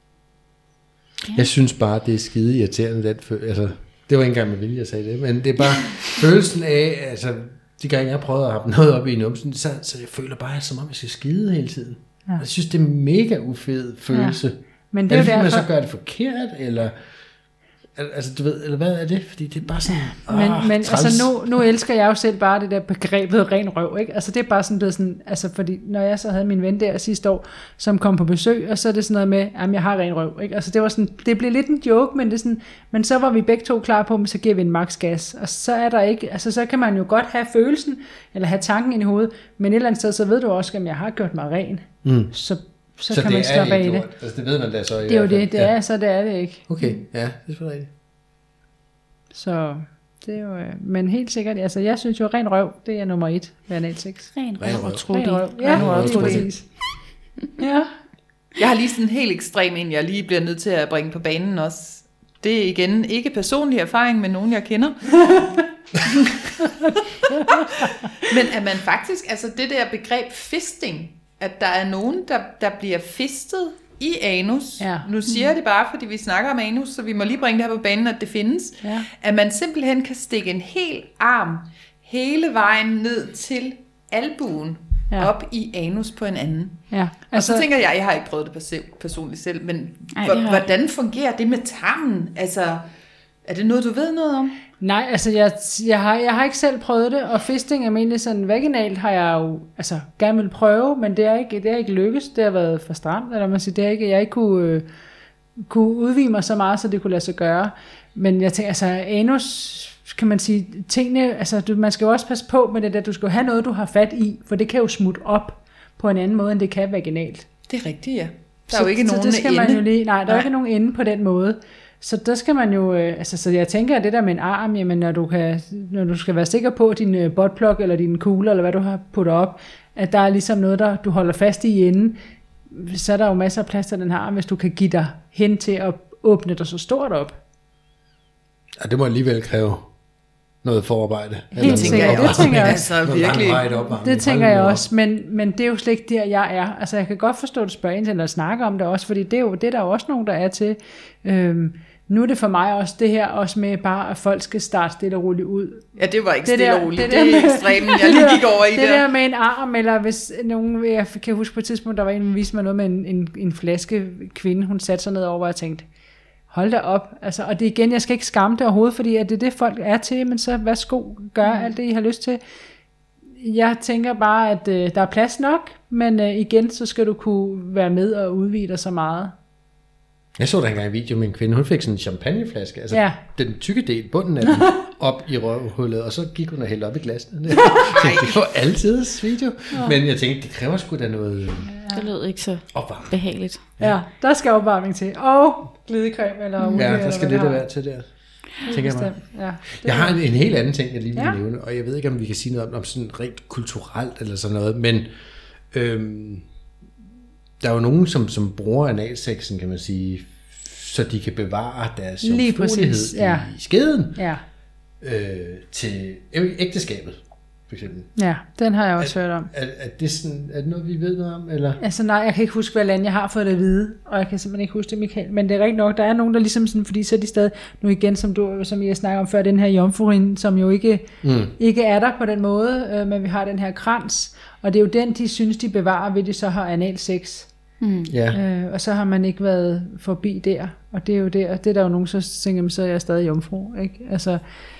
Jeg synes bare, det er skide irriterende, den følelse. Altså, det var ikke engang med vilje, jeg sagde det, men det er bare følelsen af, altså, de gange jeg har prøvet at have noget op i numsen, så, så jeg føler bare, som om jeg skal skide hele tiden. Ja. Jeg synes, det er en mega ufed følelse. Ja. Men Det det er er det, jo fordi man derfor, så gør det forkert, eller... al- Altså, du ved, eller hvad er det? Fordi det er bare sådan... Men, åh, men træls. altså nu, nu elsker jeg jo selv bare det der begrebet ren røv, ikke? Altså det er bare sådan blevet sådan, altså fordi når jeg så havde min ven der sidste år, som kom på besøg, og så er det sådan noget med, jamen jeg har ren røv, ikke? Altså det var sådan, det blev lidt en joke, men det er sådan, men så var vi begge to klar på, men så giver vi en max gas, og så er der ikke, altså så kan man jo godt have følelsen, eller have tanken ind i hovedet, men et eller andet sted, så ved du også, at jeg har gjort mig ren, Mm. så, så, Så så kan det man ikke er stoppe af ikke i det. gjort. Altså, det ved man da så i Det er jo hvert fald. det, det ja. er, så det er det ikke. Okay, ja, det er selvfølgelig rigtigt. Så det er jo, øh, men helt sikkert, altså jeg synes jo, ren røv, det er nummer et ved analsex. Ren Ren røv røv. og trudig. Ren røv. Ja, Ren røv og lige trudig. præcis. Ja. Jeg har lige sådan en helt ekstrem en, jeg lige bliver nødt til at bringe på banen også. Det er igen ikke personlig erfaring med nogen, jeg kender. Men at man faktisk, altså det der begreb fisting, at der er nogen, der, der bliver fistet i anus. Ja. Nu siger jeg det bare, fordi vi snakker om anus, så vi må lige bringe det her på banen, at det findes. Ja. At man simpelthen kan stikke en hel arm hele vejen ned til albuen, Ja. ja. op i anus på en anden. Ja, Altså, og så tænker jeg, jeg har ikke prøvet det perse- personligt selv, men Ej, Ej, det har jeg. hvordan fungerer det med tarmen? Altså, Er det noget, du ved noget om? Nej, altså jeg, jeg, har, jeg har ikke selv prøvet det, og fisting er egentlig sådan vaginalt har jeg jo altså, gerne vil prøve, men det er ikke, det er ikke lykkes. Det har været for stramt, eller man siger, det er ikke, jeg ikke kunne, øh, kunne udvide mig så meget, så det kunne lade sig gøre. Men jeg tænker, altså anus, kan man sige, tingene, altså du, man skal jo også passe på med det der, du skal jo have noget, du har fat i, for det kan jo smutte op på en anden måde, end det kan vaginalt. Det er rigtigt, ja. Der er så, jo ikke så nogen det skal ende. Man jo lige, nej, der nej. er ikke nogen ende på den måde. Så der skal man jo, øh, altså så jeg tænker, at det der med en arm, jamen når du, kan, når du skal være sikker på, at din øh, buttplug eller din kugle, eller hvad du har puttet op, at der er ligesom noget, der du holder fast i enden, så er der jo masser af plads til den her arm, hvis du kan give dig hen til at åbne dig så stort op. Ja, det må alligevel kræve noget forarbejde. Helt sikkert, det tænker jeg også. Altså virkelig. Det tænker jeg også, men, men det er jo slet ikke der, jeg er. Altså jeg kan godt forstå, at du spørger ind til, eller snakke om det også, fordi det er jo det er der jo også nogen, der er til. Øhm, nu er det for mig også det her, også med bare, at folk skal starte stille og roligt ud. Ja, det var ikke det stille der, og roligt. Det, det, det der er med, ekstremt, jeg lige gik over i det. det. Det der med en arm, eller hvis nogen, jeg kan huske på et tidspunkt, der var en, der viste mig noget med en, en, en flaske kvinde, hun satte sig ned over, og jeg tænkte, hold da op. Altså, og det igen, jeg skal ikke skamme det overhovedet, fordi at det er det, folk er til, men så værsgo, gør alt det, I har lyst til. Jeg tænker bare, at øh, der er plads nok, men øh, igen, så skal du kunne være med og udvide dig så meget. Jeg så der engang en video med en kvinde, hun fik sådan en champagneflaske, altså ja. den tykke del, bunden af den, op i røvhullet, og så gik hun og hældte op i glasene. Det var altid video, ja. Men jeg tænkte, det kræver sgu da noget... Ja. Det lød ikke så opvarmning. Behageligt. Ja. ja, der skal opvarmning til, og glidecreme eller olie. Ja, der skal lidt at være til der. Tænker jeg, ja, jeg har en, en helt anden ting, jeg lige vil ja. nævne, og jeg ved ikke, om vi kan sige noget om, om sådan rent kulturelt eller sådan noget, men øhm, der er jo nogen, som, som bruger analsexen, kan man sige, så de kan bevare deres jomfruelighed ja. i skeden ja. øh, til ægteskabet, for eksempel. Ja, den har jeg også er, hørt om. Er, er, det sådan, er det noget, vi ved noget om? Eller? Altså nej, jeg kan ikke huske, hvad land jeg har fået det at vide, og jeg kan simpelthen ikke huske det, Michael. Men det er rigtigt nok, der er nogen, der ligesom sådan, fordi så er de stadig, nu igen, som du, som jeg snakker om før, den her jomfruinde, som jo ikke, mm. ikke er der på den måde, øh, men vi har den her krans, og det er jo den, de synes, de bevarer, ved de så har analsex. Mm. Ja. Øh, og så har man ikke været forbi der, og det er jo der, det er der jo nogen, så tænker så er jeg stadig jomfru, ikke? Altså,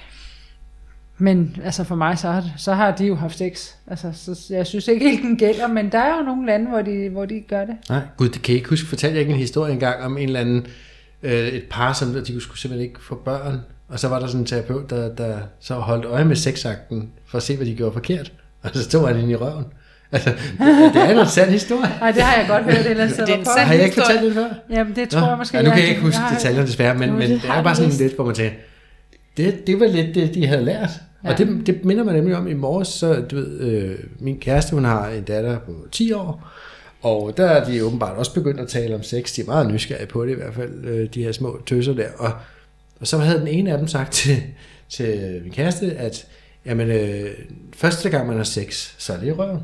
men altså for mig, så har, så har de jo haft sex. Altså, så jeg synes ikke helt, den gælder, men der er jo nogle lande, hvor de, hvor de gør det. Nej, gud, det kan jeg ikke huske. Fortalte jeg ikke en historie engang om en eller anden, øh, et par, som de skulle simpelthen ikke få børn, og så var der sådan en terapeut, der, der så holdt øje med sexakten, for at se, hvad de gjorde forkert, og så stod han inde i røven. Altså, det, det er en sand historie. Nej, det har jeg godt hørt et eller andet sted. Har jeg ikke fortalt det før? Jamen, det tror Nå, jeg måske. Ja, nu kan jeg ikke huske detaljerne desværre, men, men det er bare sådan lidt, hvor man tænker, det, det var lidt det, de havde lært. Ja. Og det, det minder mig nemlig om i morges, så du ved, øh, min kæreste, hun har en datter på ti år, og der er de åbenbart også begyndt at tale om sex. De er meget nysgerrige på det i hvert fald, øh, de her små tøser der. Og, og så havde den ene af dem sagt til, til min kæreste, at jamen, øh, første gang man har sex, så er det i røven.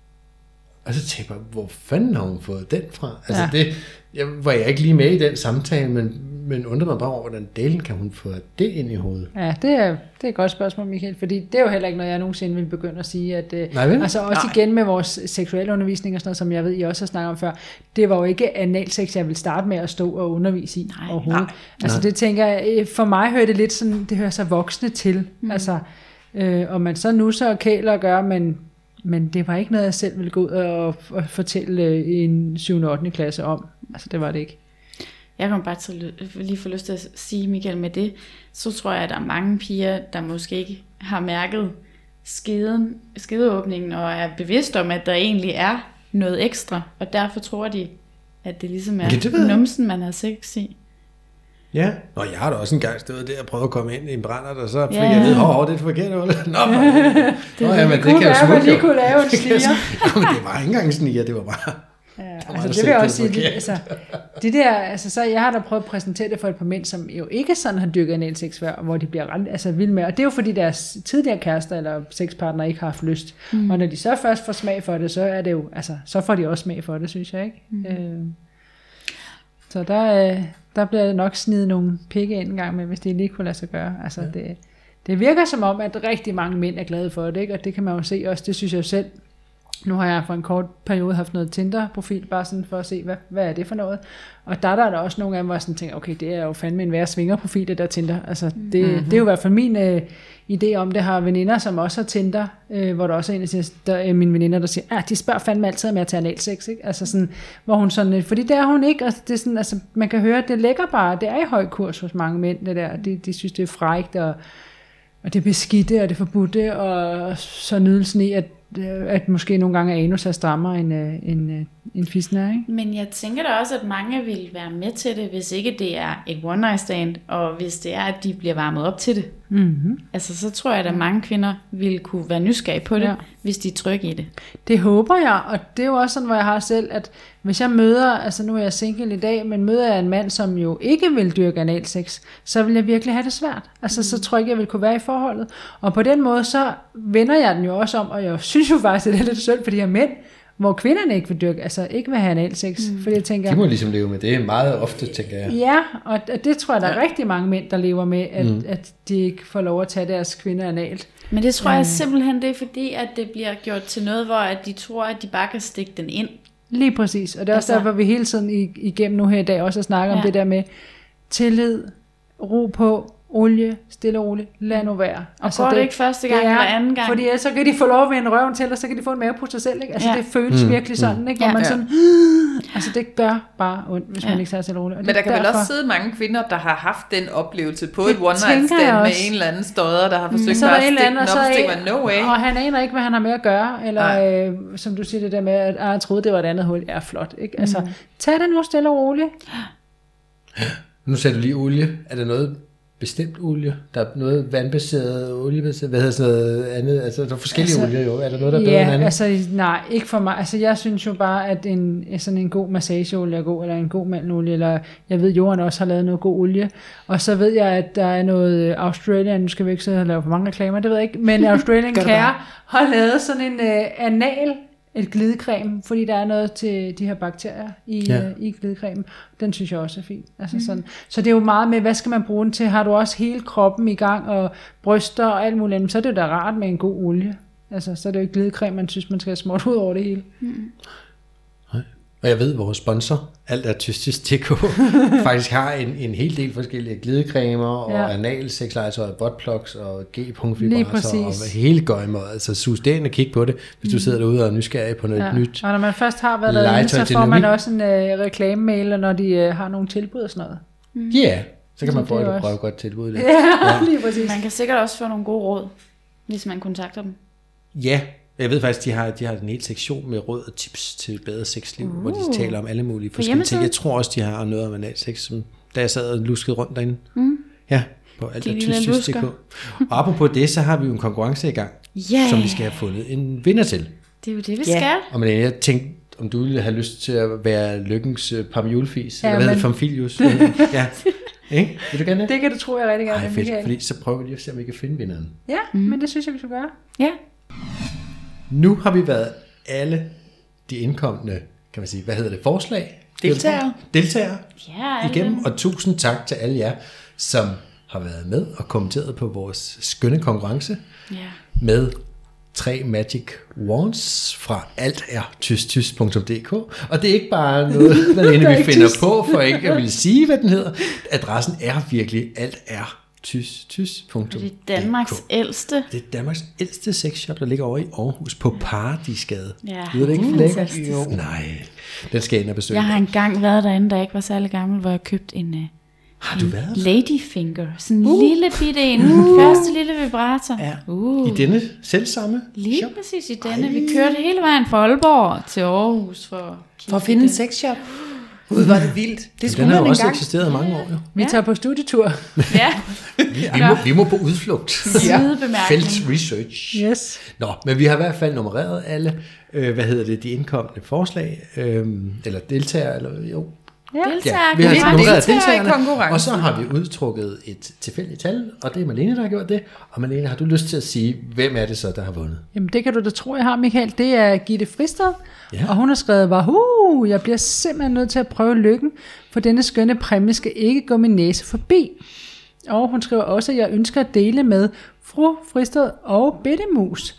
Og så tænkte jeg, hvor fanden har hun fået den fra? Altså ja. det, jeg var jeg ikke lige med i den samtale, men, men undrede mig bare over, hvordan delen kan hun få det ind i hovedet? Ja, det er, det er et godt spørgsmål, Michael, fordi det er jo heller ikke noget, jeg nogensinde vil begynde at sige. At, Nej, vel? Altså også Nej. igen med vores seksuelle undervisning og sådan noget, som jeg ved, I også har snakket om før, det var jo ikke analsex, jeg ville starte med at stå og undervise i nej, overhovedet. Nej. Altså Nej. det tænker jeg, for mig hører det lidt sådan, det hører sig voksne til. Mm. Altså, øh, og man så nusser og kæler og gør, men Men det var ikke noget, jeg selv ville gå ud og, og fortælle i en syvende og ottende klasse om. Altså, det var det ikke. Jeg kan bare til, lige få lyst til at sige, Michael, med det, så tror jeg, at der er mange piger, der måske ikke har mærket skeden, skedeåbningen, og er bevidst om, at der egentlig er noget ekstra, og derfor tror de, at det ligesom er ja, numsen, man har sex i. Ja. Nå, jeg har da også engang stået der og prøvet at komme ind i en brændert, og så fik ja. jeg at vide, hov, det er forkert. Nå, det, Nå ja, men det, det kunne kan være, jo man lige kunne lave en sniger. Men det var ikke engang en sniger, det var bare... Ja, altså det vil jeg også sige, de, altså, de der, altså så jeg har da prøvet at præsentere det for et par mænd, som jo ikke sådan har dyrket analsex før, hvor de bliver ret altså, vilde med, og det er jo fordi deres tidligere kærester eller sexpartner ikke har haft lyst, mm. og når de så først får smag for det, så er det jo, altså så får de også smag for det, synes jeg, ikke? Mm. Øh, så der, øh, der bliver nok snidet nogle pikke ind en gang med, hvis det lige kunne lade sig gøre, altså ja. det, det virker som om, at rigtig mange mænd er glade for det, ikke? Og det kan man jo se også, det synes jeg jo selv, Nu har jeg for en kort periode haft noget Tinder-profil, bare sådan for at se, hvad, hvad er det for noget. Og der, der er der også nogle af dem, hvor jeg sådan tænker, okay, det er jo fandme en værre svingerprofil, det der Tinder. Altså, det, mm-hmm. det er jo i hvert fald min øh, idé om det. Har veninder, som også har Tinder, øh, hvor der også er en, der siger, der er mine veninder, der siger, ah, de spørger fandme altid om jeg tager analsex, ikke? Altså sådan, hvor hun sådan, øh, fordi det er hun ikke, og det er sådan, altså, man kan høre, det ligger bare, det er i høj kurs hos mange mænd, det der, de, de synes, det er frækt, og, og det er beskidte, og det er forbudte, og så nydelsen i, at at måske nogle gange anus er strammere end, end, end fissen er, ikke? Men jeg tænker da også, at mange vil være med til det, hvis ikke det er et one night stand, og hvis det er, at de bliver varmet op til det. Mm-hmm. Altså, så tror jeg, at mange kvinder vil kunne være nysgerrige på det, ja. Hvis de er trygge i det. Det håber jeg, og det er jo også sådan, hvor jeg har selv, at hvis jeg møder, altså nu er jeg single i dag, men møder jeg en mand, som jo ikke vil dyrke analsex, så vil jeg virkelig have det svært. Altså, mm. så tror jeg ikke, jeg vil kunne være i forholdet. Og på den måde, så vender jeg den jo også om, og jeg synes jo faktisk, at det er lidt synd for de her mænd, hvor kvinderne ikke vil dyrke, altså ikke vil have analsex. Mm. Fordi jeg tænker, de må ligesom leve med det meget ofte, tænker jeg. Ja, og det tror jeg, der er ja. rigtig mange mænd, der lever med, at, mm. at de ikke får lov at tage deres kvinder analt. Men det tror jeg simpelthen, det er fordi, at det bliver gjort til noget, hvor at de tror, at de bare kan stikke den ind. Lige præcis, og det er også altså, derfor, vi hele tiden igennem nu her i dag også snakker ja. om det der med tillid, ro på, olie, stille og roligt, lad nu være. Og altså, går det, det ikke første gang er, eller anden gang? Fordi så kan de få lov at vende røven til, og så kan de få en mave på sig selv. Ikke? Altså ja. det føles mm. virkelig sådan, ikke? Hvor ja. man sådan, altså det gør bare ondt, hvis ja. man ikke tager stille og roligt. Men der kan derfor, vel også sidde mange kvinder, der har haft den oplevelse på et one night stand med en eller anden stodder, der har forsøgt mm. bare at stikke den op, og stikke no way. Og han aner ikke, hvad han har med at gøre, eller øh, som du siger det der med, at jeg troede, det var et andet hul. Ja, flot, ikke? Altså, mm. tag det nu stille og roligt. Nu sagde du lige olie. Er der noget bestemt olie? Der er noget vandbaseret, oliebaseret, hvad hedder sådan noget andet? Altså, der er forskellige altså, olier jo. Er der noget, der er bedre ja, end andet? altså, nej, ikke for mig. Altså, jeg synes jo bare, at en, sådan en god massageolie er god, eller en god mandenolie, eller jeg ved, Jorden også har lavet noget god olie. Og så ved jeg, at der er noget Australian, nu skal vi ikke sidde og lave for mange reklamer, det ved jeg ikke, men Australian Care har lavet sådan en uh, anal et glidecreme, fordi der er noget til de her bakterier i, ja. uh, i glidecremen. Den synes jeg også er fint. Altså mm. sådan. Så det er jo meget med, hvad skal man bruge den til? Har du også hele kroppen i gang, og bryster og alt muligt andet, så er det jo da rart med en god olie. Altså, så er det jo ikke glidecreme, man synes, man skal have smurt ud over det hele. Mm. Og jeg ved, at vores sponsor, alt er tysk punktum d k, faktisk har en, en hel del forskellige glidecremer, og ja. analsexlegetøj, og buttplugs, og G-punktvibrator, og hele gøjmer. Altså, sus det ind og kig på det, hvis du sidder derude og er nysgerrig på noget ja. nyt. Og når man først har været derinde, så får man også en uh, reklamemail, når de uh, har nogle tilbud og sådan noget. Ja, mm. yeah, så kan man få et røv godt tilbud. Ja, ja, lige præcis. Man kan sikkert også få nogle gode råd, hvis man kontakter dem. Ja, jeg ved faktisk, de har, de har en hel sektion med råd og tips til bedre sexliv, uh. hvor de taler om alle mulige forskellige ting. Jeg tror også, de har noget om analsex, som da jeg sad og luskede rundt derinde. Mm. Ja, på alt er tysk punktum d k. Og apropos det, så har vi jo en konkurrence i gang, yeah. som vi skal have fundet en vinder til. Det er jo det, vi yeah. skal. Og men jeg tænkte, om du ville have lyst til at være lykkens uh, parmjulfis, ja, eller hvad men... hedder det, famfilius? Ja. Ikke? Vil du gerne det? Det kan du tro, jeg rigtig gerne. Ej, fedt, fordi så prøver vi lige at se, om vi kan finde vinderen. Ja, mm. men det synes jeg, vi skal gøre. Ja. Nu har vi været alle de indkommende, kan man sige, hvad hedder det, forslag? Deltagere. Deltagere ja, igennem, og tusind tak til alle jer, som har været med og kommenteret på vores skønne konkurrence ja. med tre Magic Wands fra alt er tysk tysk punktum d k. Og det er ikke bare noget, Malene, vi finder på, for ikke at ville sige, hvad den hedder. Adressen er virkelig alt er tysk tysk punktum d k. Det er Danmarks ældste. Det er Danmarks ældste sexshop, der ligger over i Aarhus på Paradisgade. Ja, det er det ikke mm, lækkert? Nej, den skal ind og besøge. Jeg har engang været derinde, der ikke var særlig gammel, hvor jeg købte en, har du været? Ladyfinger. Sådan en uh. lille bitte en. Uh. Første lille vibrator. Ja. Uh. I denne selvsamme Lige shop? præcis i denne. Ej. Vi kørte hele vejen fra Aalborg til Aarhus for, for at finde en sexshop. Gud, var det vildt. Det skulle den har jo også gang. eksisteret i mange år. Jo. Vi ja. tager på studietur. Ja. vi, må, vi må på udflugt. Ja. Felt research. Yes. Nå, men vi har i hvert fald nummereret alle, øh, hvad hedder det, de indkommende forslag, øh, eller deltagere, eller jo. Ja. Deltager, ja, vi har nummereret deltagerne, i og så har vi udtrukket et tilfældigt tal, og det er Malene, der har gjort det. Og Malene, har du lyst til at sige, hvem er det så, der har vundet? Jamen det kan du da tro, jeg har, Michael. Det er Gitte Fristed, ja. og hun har skrevet, Wahoo, jeg bliver simpelthen nødt til at prøve lykken, for denne skønne præmie skal ikke gå min næse forbi. Og hun skriver også, at jeg ønsker at dele med fru Fristed og Bettemus. H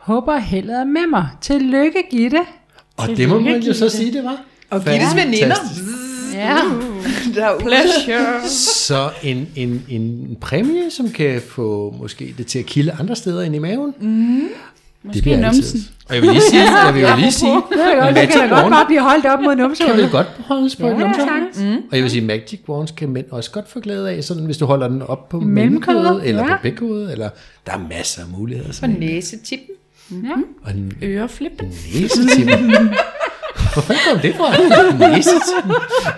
Håber heldet er med mig. Tillykke, Gitte. Og det må man jo så sige, det var. Og Gittes veninder. Ja. Pleasure. Så en, en, en præmie, som kan få måske det til at kilde andre steder end i maven. Mm. Måske numsen. Og jeg vil lige sige, jeg vil jo lige sige, Det er godt, det kan da godt bare blive holdt op mod numsehullet. kan vel godt holdes på Ja, et numsehul. ja, Mm. Og jeg vil sige, Magic Wands kan mænd også godt få glæde af, sådan hvis du holder den op på mellemkødet, mellemkødet, eller ja. på bækhovedet, eller der er masser af muligheder. Og Sådan. næsetippen. Ja. Og en Øreflip. næsetippen. Hvor fanden kom det fra? Næsetippen.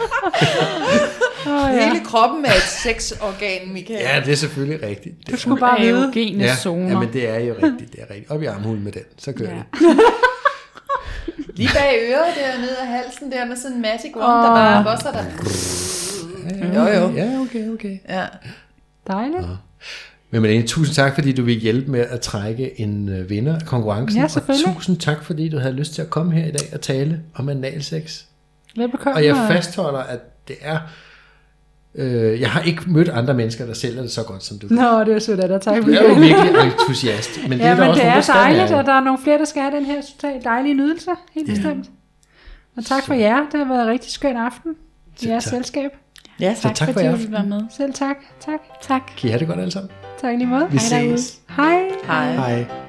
Oh, ja. Hele kroppen er et sexorgan, Michael. Ja, det er selvfølgelig rigtigt. Det Du skulle bare vide. Erogene ja, zoner. ja, men det er jo rigtigt, det er rigtigt. Op i armhulen med den, så kører Ja. det. Lige bag øret der, ned ad halsen der, med sådan en magic wand, oh. der bare bosser der. Jo, jo. Ja, okay, okay. Ja. Dejligt. Men Malene, tusind tak, fordi du vil hjælpe med at trække en øh, vinder af konkurrencen. Ja, og selvfølgelig. tusind tak, fordi du havde lyst til at komme her i dag og tale om analsex. Velbekomme. Og jeg fastholder, at det er... Øh, jeg har ikke mødt andre mennesker, der sælger det så godt, som du gør. Nå, det er sødt af dig. Tak. Du er jo virkelig entusiast. Men det Ja, er der men også det nogen, der er skal dejligt, være. at der er nogle flere, der skal have den her totalt dejlige nydelse. Helt Ja. bestemt. Og tak for jer. Det har været en rigtig skøn aften i jeres tak. selskab. Ja, Så tak, tak for fordi i du aften. ville være med. Selv tak. Tak. Tak. Kan I have det godt alle sammen? Tak lige måde. Vi Hej derude. ses. Hej. Hej. Hej.